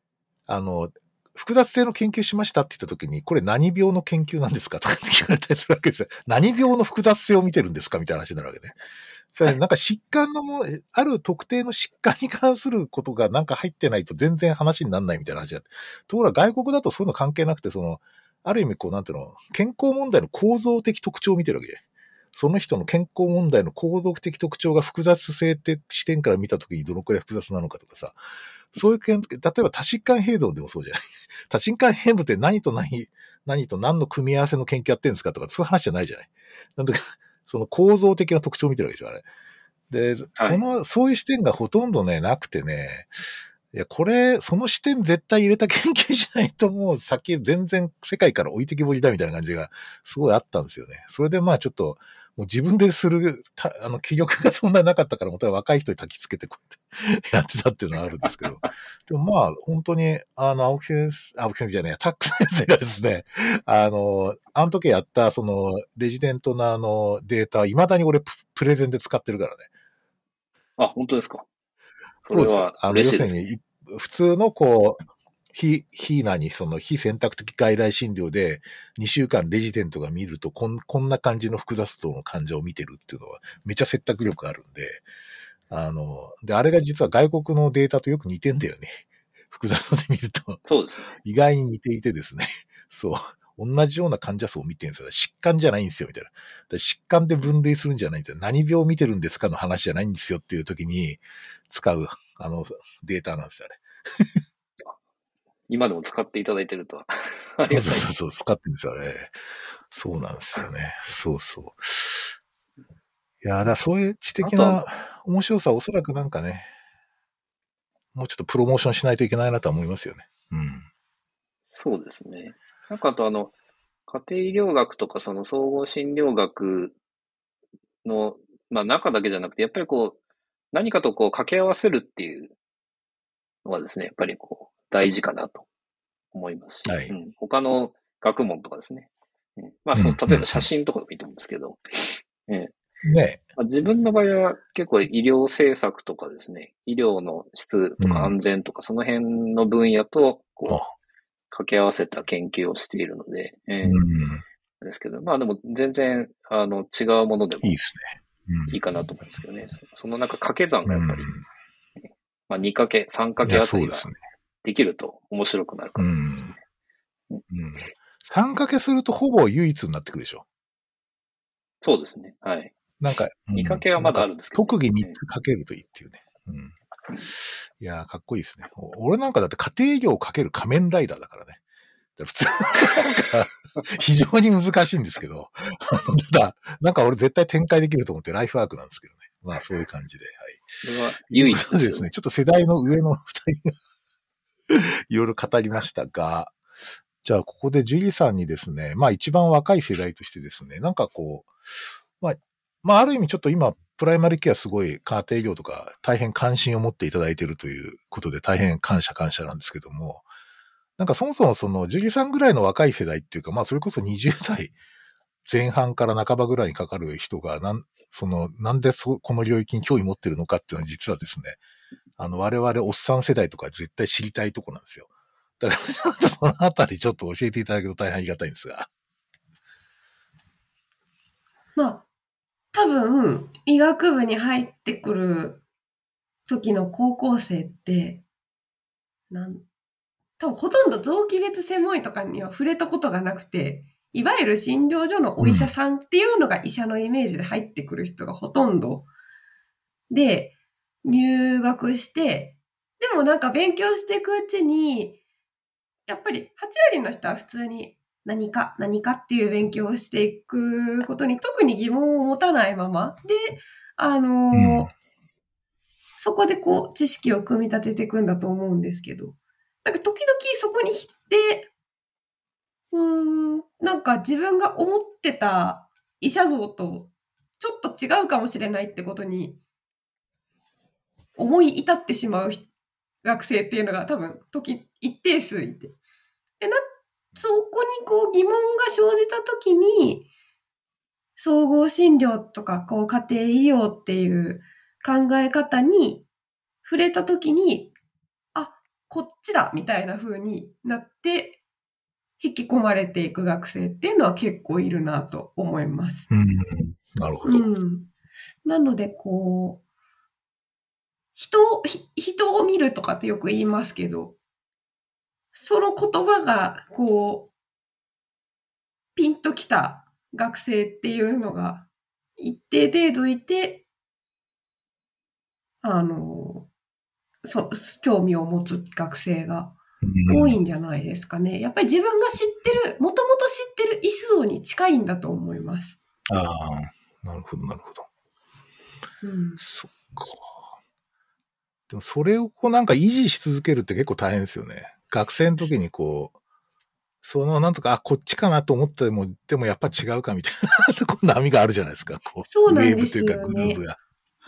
複雑性の研究しましたって言った時に、これ何病の研究なんですかとかって聞かれたりするわけですよ。何病の複雑性を見てるんですかみたいな話になるわけね。それなんか疾患のある特定の疾患に関することがなんか入ってないと全然話にならないみたいな話だ。ところが外国だとそういうの関係なくて、ある意味なんていうの、健康問題の構造的特徴を見てるわけで。その人の健康問題の構造的特徴が複雑性って視点から見たときにどのくらい複雑なのかとかさ、そういう例えば多疾患変動でもそうじゃない。多疾患変動って何と何の組み合わせの研究やってるんですかとか、そういう話じゃないじゃない。なんだか、その構造的な特徴を見てるわけですよ、あれ。で、そういう視点がほとんどね、なくてね、いや、その視点絶対入れた研究しないともう全然世界から置いてきぼりだみたいな感じがすごいあったんですよね。それでちょっと、もう自分でする、気力がそんなになかったから、もとは若い人に焚きつけてこうやってやってたっていうのはあるんですけど。でも本当に、青木先生じゃねえ、タック先生がですね、あの時やった、レジデントのデータ、未だに俺プレゼンで使ってるからね。 あ、本当ですか。そそうです。 れは嬉しいですね。 要するに、普通の非選択的外来診療で2週間レジデントが見るとこんな感じの複雑度の患者を見てるっていうのはめっちゃ説得力あるんで、あれが実は外国のデータとよく似てんだよね。複雑度で見ると。 そうですね。 意外に似ていてですね。そう。同じような患者層を見てるんですよ。疾患じゃないんですよ、みたいな。疾患で分類するんじゃないんだよ。何病を見てるんですかの話じゃないんですよっていう時に使う、データなんですよ、あれ。 今でも使っていただいてるとは。ありがたい。 そう、使ってるんですよ、あれ。そうなんですよね。そうそう。いや、だからそういう知的な面白さはおそらくなんかね、もうちょっとプロモーションしないといけないなとは思いますよね。うん。 そうですね。なんかあと家庭医療学とかその総合診療学の、中だけじゃなくて、やっぱり何かと掛け合わせるっていうのはですね、やっぱり大事かなと思いますし、 はい。 他の学問とかですね。例えば写真とかでもいいと思うんですけど、 ね自分の場合は結構医療政策とかですね、医療の質とか安全とか、その辺の分野と、掛け合わせた研究をしているので、ですけど、でも全然、違うものでもいいですね。 いいかなと思うんですけどね。その掛け算がやっぱり、2掛け、3掛けあたりができると面白くなるかと思いますね。 3掛けするとほぼ唯一になってくるでしょ。 そうですね。はい。 なんか、 2掛けはまだあるんですけど、 特技3つかけるといいっていうね。いやー、かっこいいですね。俺なんかだって家庭医療をかける仮面ライダーだからね。普通なんか、非常に難しいんですけど、ただ、なんか俺絶対展開できると思ってライフワークなんですけどね。そういう感じで。はい。 それは唯一ですね。ちょっと世代の上の二人がいろいろ語りましたが、じゃあここでジュリさんにですね、一番若い世代としてですね、なんかある意味ちょっと今、プライマリケアすごい家庭医療とか大変関心を持っていただいているということで大変感謝なんですけども、なんかそもそもジュリさんぐらいの若い世代っていうか、それこそ20代前半から半ばぐらいにかかる人が、なんでこの領域に興味持ってるのかっていうのは実はですね、我々おっさん世代とか絶対知りたいとこなんですよ。だからちょっとそのあたりちょっと教えていただけると大変ありがたいんですが。 多分、医学部に入ってくる時の高校生って、多分ほとんど臓器別専門医とかには触れたことがなくて、いわゆる診療所のお医者さんっていうのが医者のイメージで入ってくる人がほとんどで、入学して、でもなんか勉強していくうちに、やっぱり8割の人は普通に何かっていう勉強をしていくことに特に疑問を持たないままで、そこで知識を組み立てていくんだと思うんですけど、なんか時々そこにで、なんか自分が思ってた医者像とちょっと違うかもしれないってことに思い至ってしまう学生っていうのが多分一定数いて。でそこに疑問が生じたときに、総合診療とか家庭医療っていう考え方に触れたときに、 こっちだみたいな風になって引き込まれていく学生っていうのは結構いるなと思います。 なるほど。 なのでこう、人を見るとかってよく言いますけど、その言葉がこう、ピンときた学生っていうのが一定程度いて、興味を持つ学生が多いんじゃないですかね。やっぱり自分が知ってる、もともと知ってる意思像に近いんだと思います。 ああ、なるほど、なるほど。そっか。でもそれをこうなんか維持し続けるって結構大変ですよね。学生の時にこう、そのなんとか、こっちかなと思っても、でもやっぱ違うかみたいなこう波があるじゃないですか。こうそうなウェんですよね。 ーブというかグルーブが。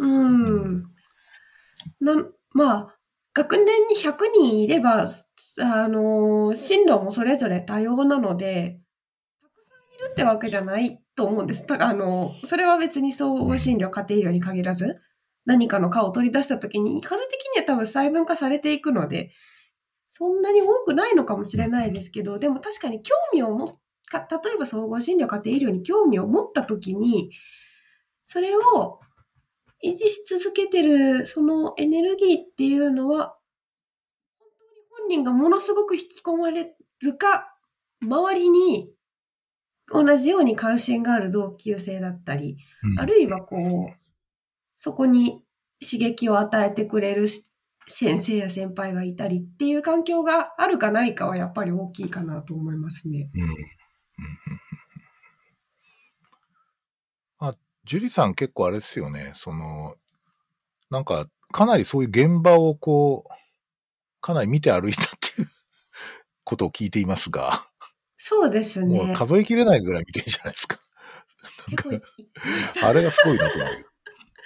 まあ、学年に100人いれば、進路もそれぞれ多様なので、たくさんいるってわけじゃないと思うんです。それは別に総合診療、家庭医療に限らず、何かの科を取り出したときに、数的には多分細分化されていくので、そんなに多くないのかもしれないですけど、でも確かに興味を例えば総合診療、家庭医療に興味を持ったときに、それを維持し続けてるそのエネルギーっていうのは、本当に本人がものすごく引き込まれるか、周りに同じように関心がある同級生だったり、あるいはこう、そこに刺激を与えてくれる先生や先輩がいたりっていう環境があるかないかはやっぱり大きいかなと思いますね。 ジュリさん結構あれですよね。なんか、かなりそういう現場をこう、かなり見て歩いたっていうことを聞いていますが。 そうですね。 もう数えきれないぐらい見てるじゃないですか。 結構言ってました。 あれがすごいなと思う。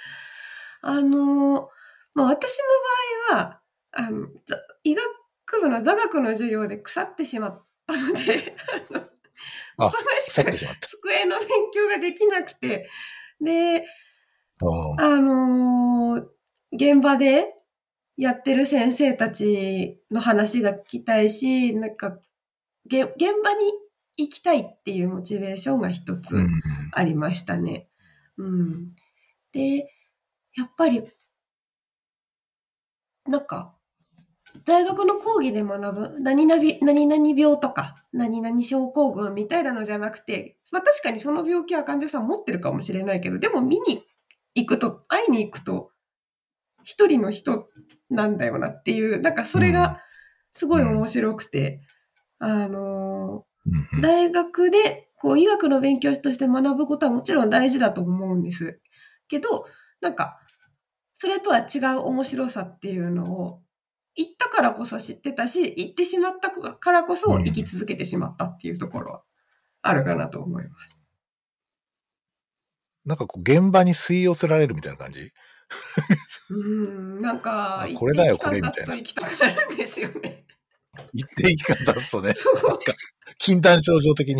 私の場合は、医学部の座学の授業で腐ってしまったので、おとなしく机の勉強ができなくて、で、現場でやってる先生たちの話が聞きたいし、なんか、現場に行きたいっていうモチベーションが一つありましたね。で、やっぱり、なんか、大学の講義で学ぶ、何々病とか、何々症候群みたいなのじゃなくて、確かにその病気は患者さん持ってるかもしれないけど、でも見に行くと、会いに行くと、一人の人なんだよなっていう、なんかそれがすごい面白くて、大学でこう医学の勉強として学ぶことはもちろん大事だと思うんです。けど、なんか、それとは違う面白さっていうのを、行ったからこそ知ってたし、行ってしまったからこそ生き続けてしまったっていうところはあるかなと思います。 なんかこう現場に吸い寄せられるみたいな感じなんか、 これだよ、これみたいな。行きたくなるんですよね。 一定期間経つとね。なんか、禁断症状的に。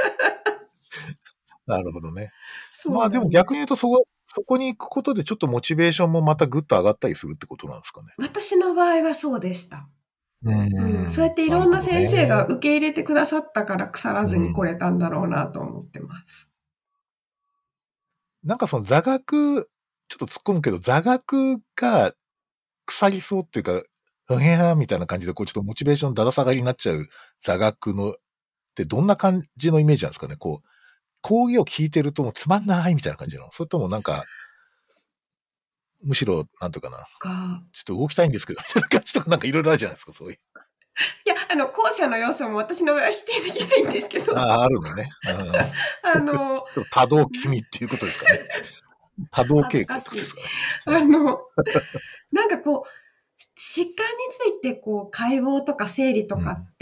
なるほどね。まあでも逆に言うとそこに行くことでちょっとモチベーションもまたぐっと上がったりするってことなんですかね。 私の場合はそうでした。そうやっていろんな先生が受け入れてくださったから腐らずに来れたんだろうなと思ってます。 なんかその座学、ちょっと突っ込むけど、座学が腐りそうっていうか、みたいな感じで、こうちょっとモチベーションだだ下がりになっちゃう座学のってどんな感じのイメージなんですかね。こう、講義を聞いてるともうつまんないみたいな感じなの。それともなんか、むしろ、なんとかな。ちょっと動きたいんですけど、みたいな感じとかなんかいろいろあるじゃないですか、そういう。 いや、後者の要素も私の場合は否定できないんですけど。 あるのね。多動気味っていうことですかね。多動傾向ですかね。 なんかこう、疾患についてこう、解剖とか生理とかって、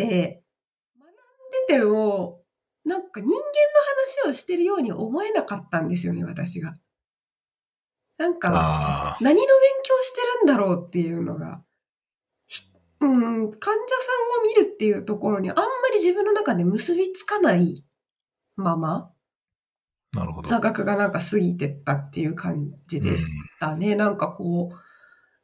学んでても、なんか人間の話をしてるように思えなかったんですよね、私が。なんか、何の勉強してるんだろうっていうのが、患者さんを見るっていうところにあんまり自分の中で結びつかないまま、 なるほど。 座学がなんか過ぎてったっていう感じでしたね。なんかこう、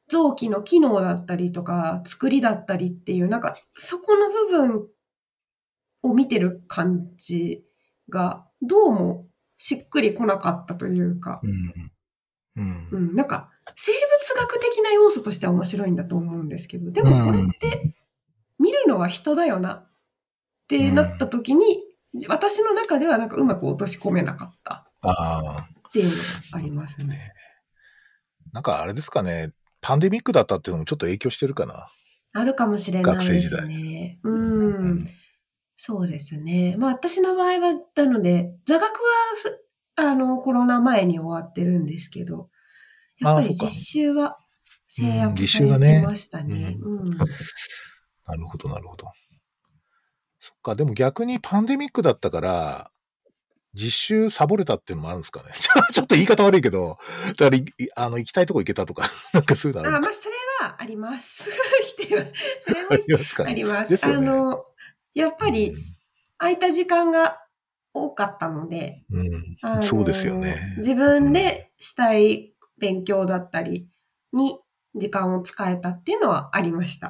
臓器の機能だったりとか、作りだったりっていう、なんか、そこの部分を見てる感じが、どうもしっくりこなかったというか、なんか、生物学的な要素としては面白いんだと思うんですけど、でもこれって見るのは人だよなってなった時に、私の中ではなんかうまく落とし込めなかったっていうのがありますね。 なんかあれですかね、パンデミックだったっていうのもちょっと影響してるかな。 あるかもしれないですね。そうですね。まあ私の場合は、なので、座学は、コロナ前に終わってるんですけど、やっぱり実習は制約されてましたね。 なるほど、なるほど。そっか、でも逆にパンデミックだったから、実習サボれたっていうのもあるんですかね。ちょっと言い方悪いけど、だから行きたいとこ行けたとか、なんかそういうのあるのか。 まあ、それはあります。それもありますかね。 あります。 ですよね。 やっぱり、空いた時間が多かったので、 そうですよね。 自分でしたい勉強だったりに時間を使えたっていうのはありました。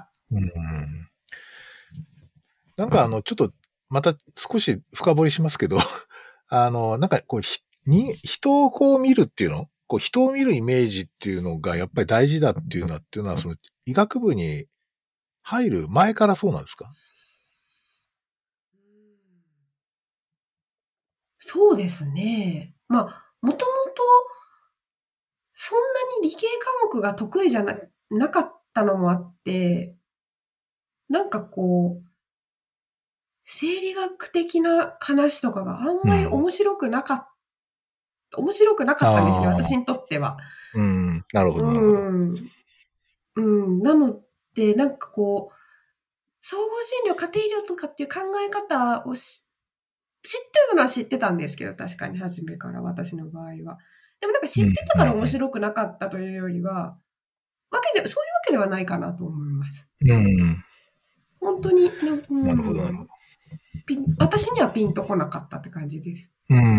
なんかちょっと、また少し深掘りしますけど、なんかこう、人をこう見るっていうのこう、人を見るイメージっていうのがやっぱり大事だっていうのは、その、医学部に入る前からそうなんですか？ そうですね。まあ、もともと、そんなに理系科目が得意じゃなかったのもあって、なんかこう、生理学的な話とかがあんまり面白くなかったんですね、私にとっては。 なるほど、なるほど。 なので、なんかこう、総合診療、家庭医療とかっていう考え方を知ってるのは知ってたんですけど、確かに初めから私の場合は。でもなんか知ってたから面白くなかったというよりは、そういうわけではないかなと思います。本当に、 なるほど、なるほど。 私にはピンとこなかったって感じです。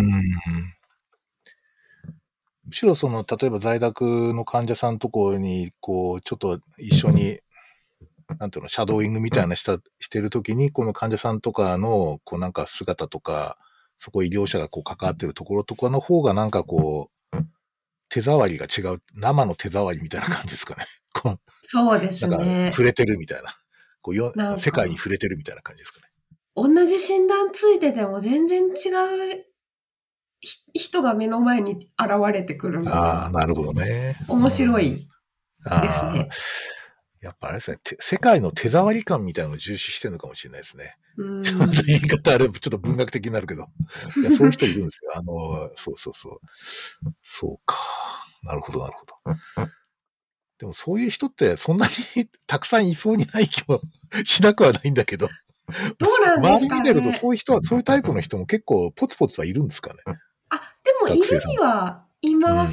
むしろ例えば在宅の患者さんのところに、こう、ちょっと一緒に、なんていうの、シャドーイングみたいなしてるときに、この患者さんとかの、こうなんか姿とか、そこ医療者がこう関わってるところとかの方がなんかこう、手触りが違う、生の手触りみたいな感じですかね。 そうですね。 なんか触れてるみたいな。こう世界に触れてるみたいな感じですかね。 同じ診断ついてても全然違う人が目の前に現れてくるのが。 なるほどね。 面白いですね。 やっぱあれですね、世界の手触り感みたいなのを重視してるのかもしれないですね。ちょっと言い方あれ、ちょっと文学的になるけど。いや、そういう人いるんですよ。そうそうそう。そうか。なるほど、なるほど。でもそういう人ってそんなにたくさんいそうにない気もしなくはないんだけど。 どうなんですかね。 周り見てるとそういうタイプの人も結構ポツポツはいるんですかね。 でもいるにはいます。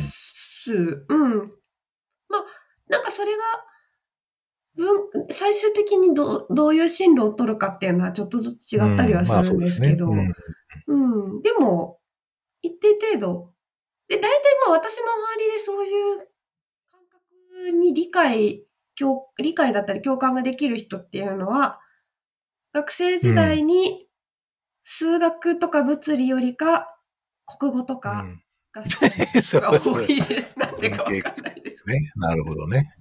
まあ、なんかそれが、最終的にどういう進路を取るかっていうのはちょっとずつ違ったりはするんですけど、でも、一定程度、で、大体まあ私の周りでそういう感覚に理解だったり共感ができる人っていうのは、学生時代に数学とか物理よりか国語とかが好きな人が多いです。なんでかわかんないですね。なるほどね。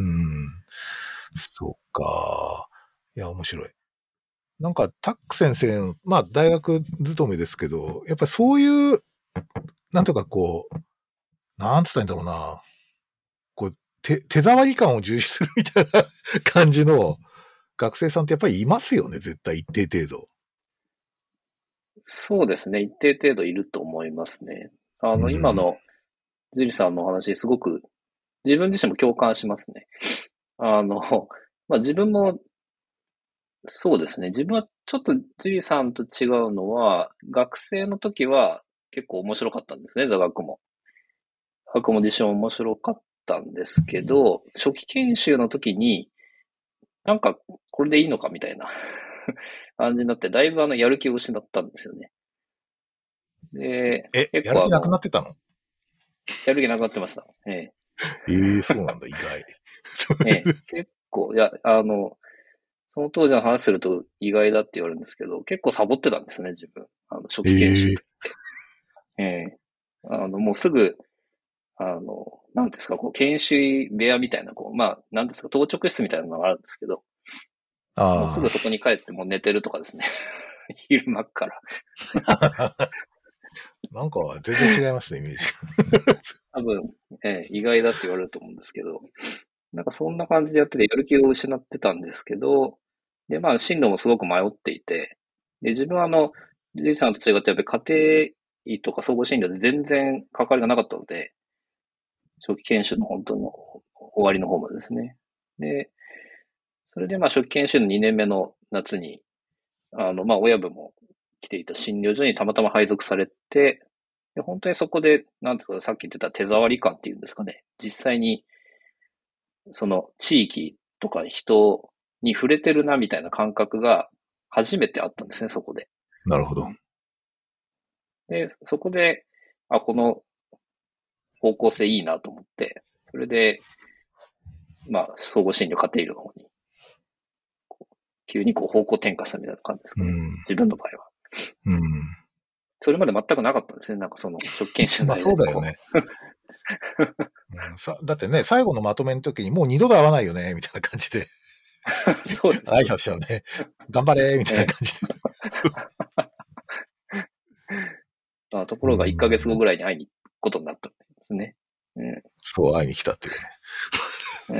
そうか。いや、面白い。なんか、タック先生の、まあ、大学勤めですけど、やっぱりそういう、なんとかこう、なんつったらいいんだろうな。こう、手触り感を重視するみたいな感じの学生さんってやっぱりいますよね、絶対一定程度。 そうですね。一定程度いると思いますね。今のジュリさんのお話、すごく自分自身も共感しますね。まあ、自分も、そうですね。自分はちょっとジュリさんと違うのは、学生の時は結構面白かったんですね、座学も。学も実習も面白かったんですけど、初期研修の時に、なんか、これでいいのかみたいな感じになって、だいぶやる気を失ったんですよね。で、結構やる気なくなってたの？ やる気なくなってました。 そうなんだ、意外。 結構、いや、その当時の話すると意外だって言われるんですけど、結構サボってたんですね、自分。初期研修の時って。ええもうすぐ、なんですか、こう、研修部屋みたいな、こう、まあ、なんですか、当直室みたいなのがあるんですけど、もうすあぐそこに帰ってもう寝てるとかですね。昼間から。 あ。なんか全然違いますね、イメージ。 多分、意外だって言われると思うんですけど、なんかそんな感じでやってて、やる気を失ってたんですけど、で、まあ、進路もすごく迷っていて、で、自分はジェイさんと違って、やっぱり家庭医とか総合診療で全然関わりがなかったので、初期研修の本当の終わりの方までですね。で、それでまあ初期研修の2年目の夏に、まあ親分も来ていた診療所にたまたま配属されて、で、本当にそこで、なんですか、さっき言ってた手触り感っていうんですかね。実際に、その地域とか人に触れてるなみたいな感覚が初めてあったんですね、そこで。 なるほど。 で、そこで、あ、この方向性いいなと思って、それで、まあ、総合診療家庭医療の方に、急にこう方向転換したみたいな感じですかね。 うん。 自分の場合は。 うん。 それまで全くなかったんですね。なんかその、職権者のまあ間にこそうだよね。だってね、最後のまとめの時にもう二度と会わないよね、みたいな感じで。 う。そうです挨よ。 拶しちゃうね。頑張れみたいなえ感じで。 まあ、とこうろが1ヶ月後ん。 ぐらいに会いに行くことになったんですね。 そう、会いに来たっていうね。 うん。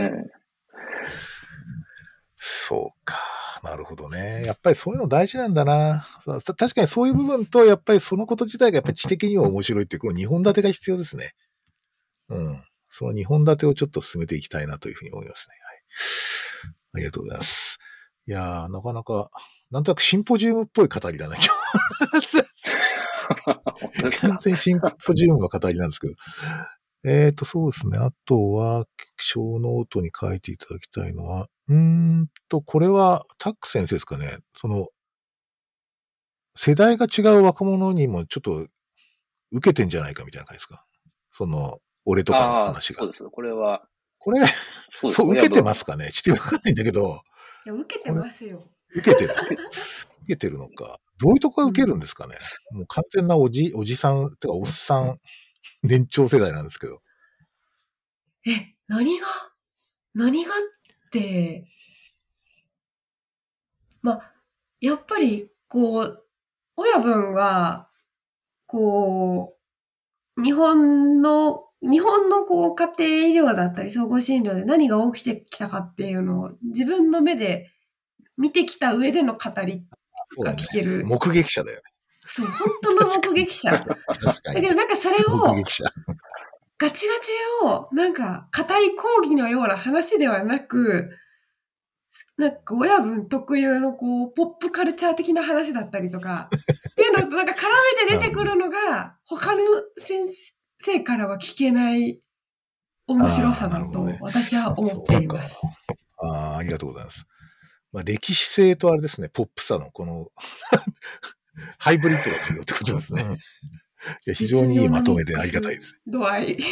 そうか。なるほどね。やっぱりそういうの大事なんだな。確かにそういう部分と、やっぱりそのこと自体がやっぱり知的には面白いっていう、この二本立てが必要ですね。うん。その二本立てをちょっと進めていきたいなというふうに思いますね。はい。ありがとうございます。いやー、なかなか、なんとなくシンポジウムっぽい語りだな、今日。 本当ですか。 完全にシンポジウムの語りなんですけど。そうですね。あとは、小ノートに書いていただきたいのは、これは、タック先生ですかね。その、世代が違う若者にもちょっと受けてんじゃないかみたいな感じですか。その、俺とかのああ、 話が。 そうです。これは、 これ、 そうです。 そう、受けて親分。 ますかねちょっとわかんないんだけど、 いや、受けてこれ、 ますよ。 受けてる。受けてるのか。どういうとこが受けるんうん。 ですかね。もう完全なおじさん、てかおっさん、年長世代なんですけど。 何がって、まあ、やっぱり、こう、親分は、こ日本のこう家庭医療だったり総合診療で何が起きてきたかっていうのを自分の目で見てきた上での語りがそうだね。 聞ける。 目撃者だよね。 そう、本当の目撃者。だ確かに。 けどなんかそれを目撃者。 ガチガチをなんか固い講義のような話ではなく、なんか親分特有のこうポップカルチャー的な話だったりとか、っていうのとなんか絡めて出てくるのが他の先生からは聞けない面白ああ、 さだとなるほどね。 私は思ってそうか。 います。 ああ、ありがとうございます。まあ、歴史性とあれですね、ポップさのこのハイブリッドが重要ってことですね。いや、非常絶にいい妙なミッまとめでありがたいクスです。 度合い。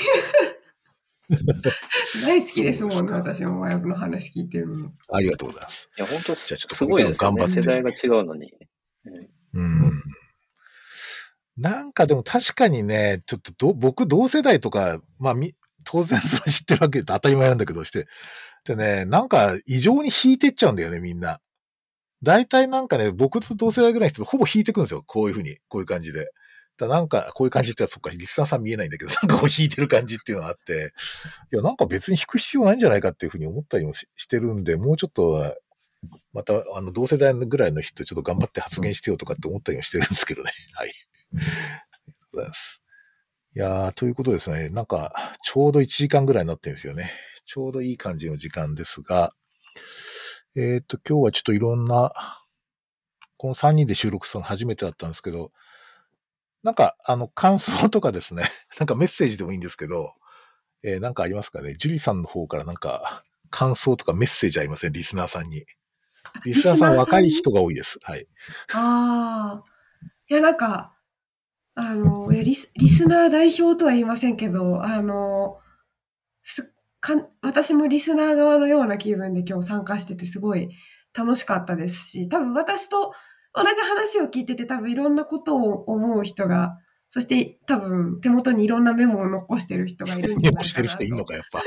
大好きですもんね、 そうですか。 私も親子の話聞いてるの。 ありがとうございます。 いや、本当じゃあちょっとすこれからもごいですよね。 頑張って。 世代が違うのに。 うん。なんかでも確かにね、ちょっと僕同世代とか、まあ当然それ知ってるわけで当たり前なんだけどして。でね、なんか異常に引いてっちゃうんだよね、みんな。大体なんかね、僕と同世代ぐらいの人とほぼ引いてくんですよ。こういうふうに。こういう感じで。なんか、こういう感じってそっか、リスナーさん見えないんだけど、なんかこう引いてる感じっていうのがあって、いや、なんか別に引く必要ないんじゃないかっていうふうに思ったりもしてるんで、もうちょっと、また、同世代ぐらいの人、ちょっと頑張って発言してよとかって思ったりもしてるんですけどね。はい。ありがとうございます。いやー、ということですね。なんか、ちょうど1時間ぐらいになってるんですよね。ちょうどいい感じの時間ですが、今日はちょっといろんな、この3人で収録するの初めてだったんですけど、なんか、感想とかですね、なんかメッセージでもいいんですけど、なんかありますかね。ジュリさんの方からなんか、感想とかメッセージありません、リスナーさんに。リスナーさんリスナーさんに若い人が多いです。はい。 ああ、いやなんか、いやリスナー代表とは言いませんけど、 私もリスナー側のような気分で今日参加しててすごい楽しかったですし、多分私と同じ話を聞いてて多分いろんなことを思う人が、そして多分手元にいろんなメモを残してる人がいるんじゃメモしてるないかなと人いんのか、やっぱ。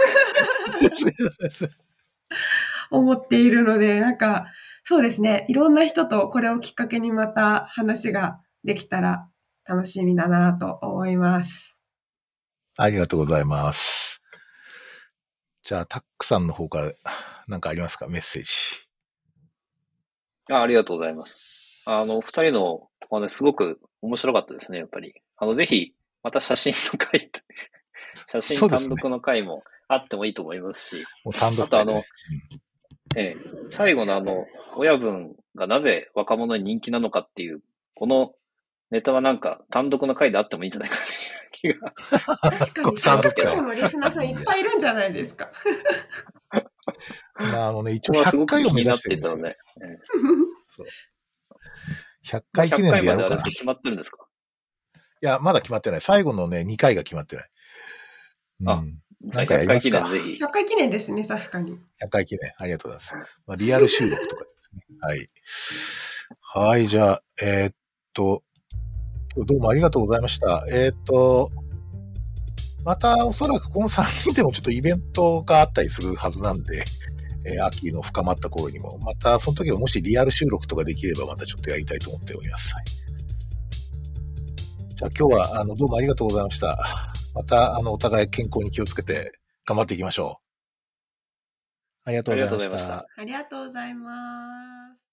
思っているので、なんかそうですね、いろんな人とこれをきっかけにまた話ができたら楽しみだなと思います。 ありがとうございます。じゃあ、タックさんの方から何かありますか、メッセージ。 ありがとうございます。二人のお話すごく面白かったですね、やっぱり。ぜひ、また写真の回、写真単独の回もあってもいいと思いますし、 単独でね、 あと最後の親分がなぜ若者に人気なのかっていう、このネタはなんか単独の回であってもいいんじゃないかっていう気が。 確かに、単独のリスナーさんいっぱいいるんじゃないですか。 まあ一応100回を目指してるんですよね。100回記念でやろうかな。 決まってるんですか？ いや、まだ決まってない。最後のね、2回が決まってない。 じゃあ100回記念ぜひ。 100回記念ですね、確かに。 100回記念、ありがとうございます。リアル収録とかですね。はい。はい、じゃあ、どうもありがとうございました。またおそらくこの3人でもちょっとイベントがあったりするはずなんで、秋の深まった頃にも、またその時はもしリアル収録とかできればまたちょっとやりたいと思っております。はい、じゃあ今日はどうもありがとうございました。またお互い健康に気をつけて頑張っていきましょう。ありがとうございました。 ありがとうございます。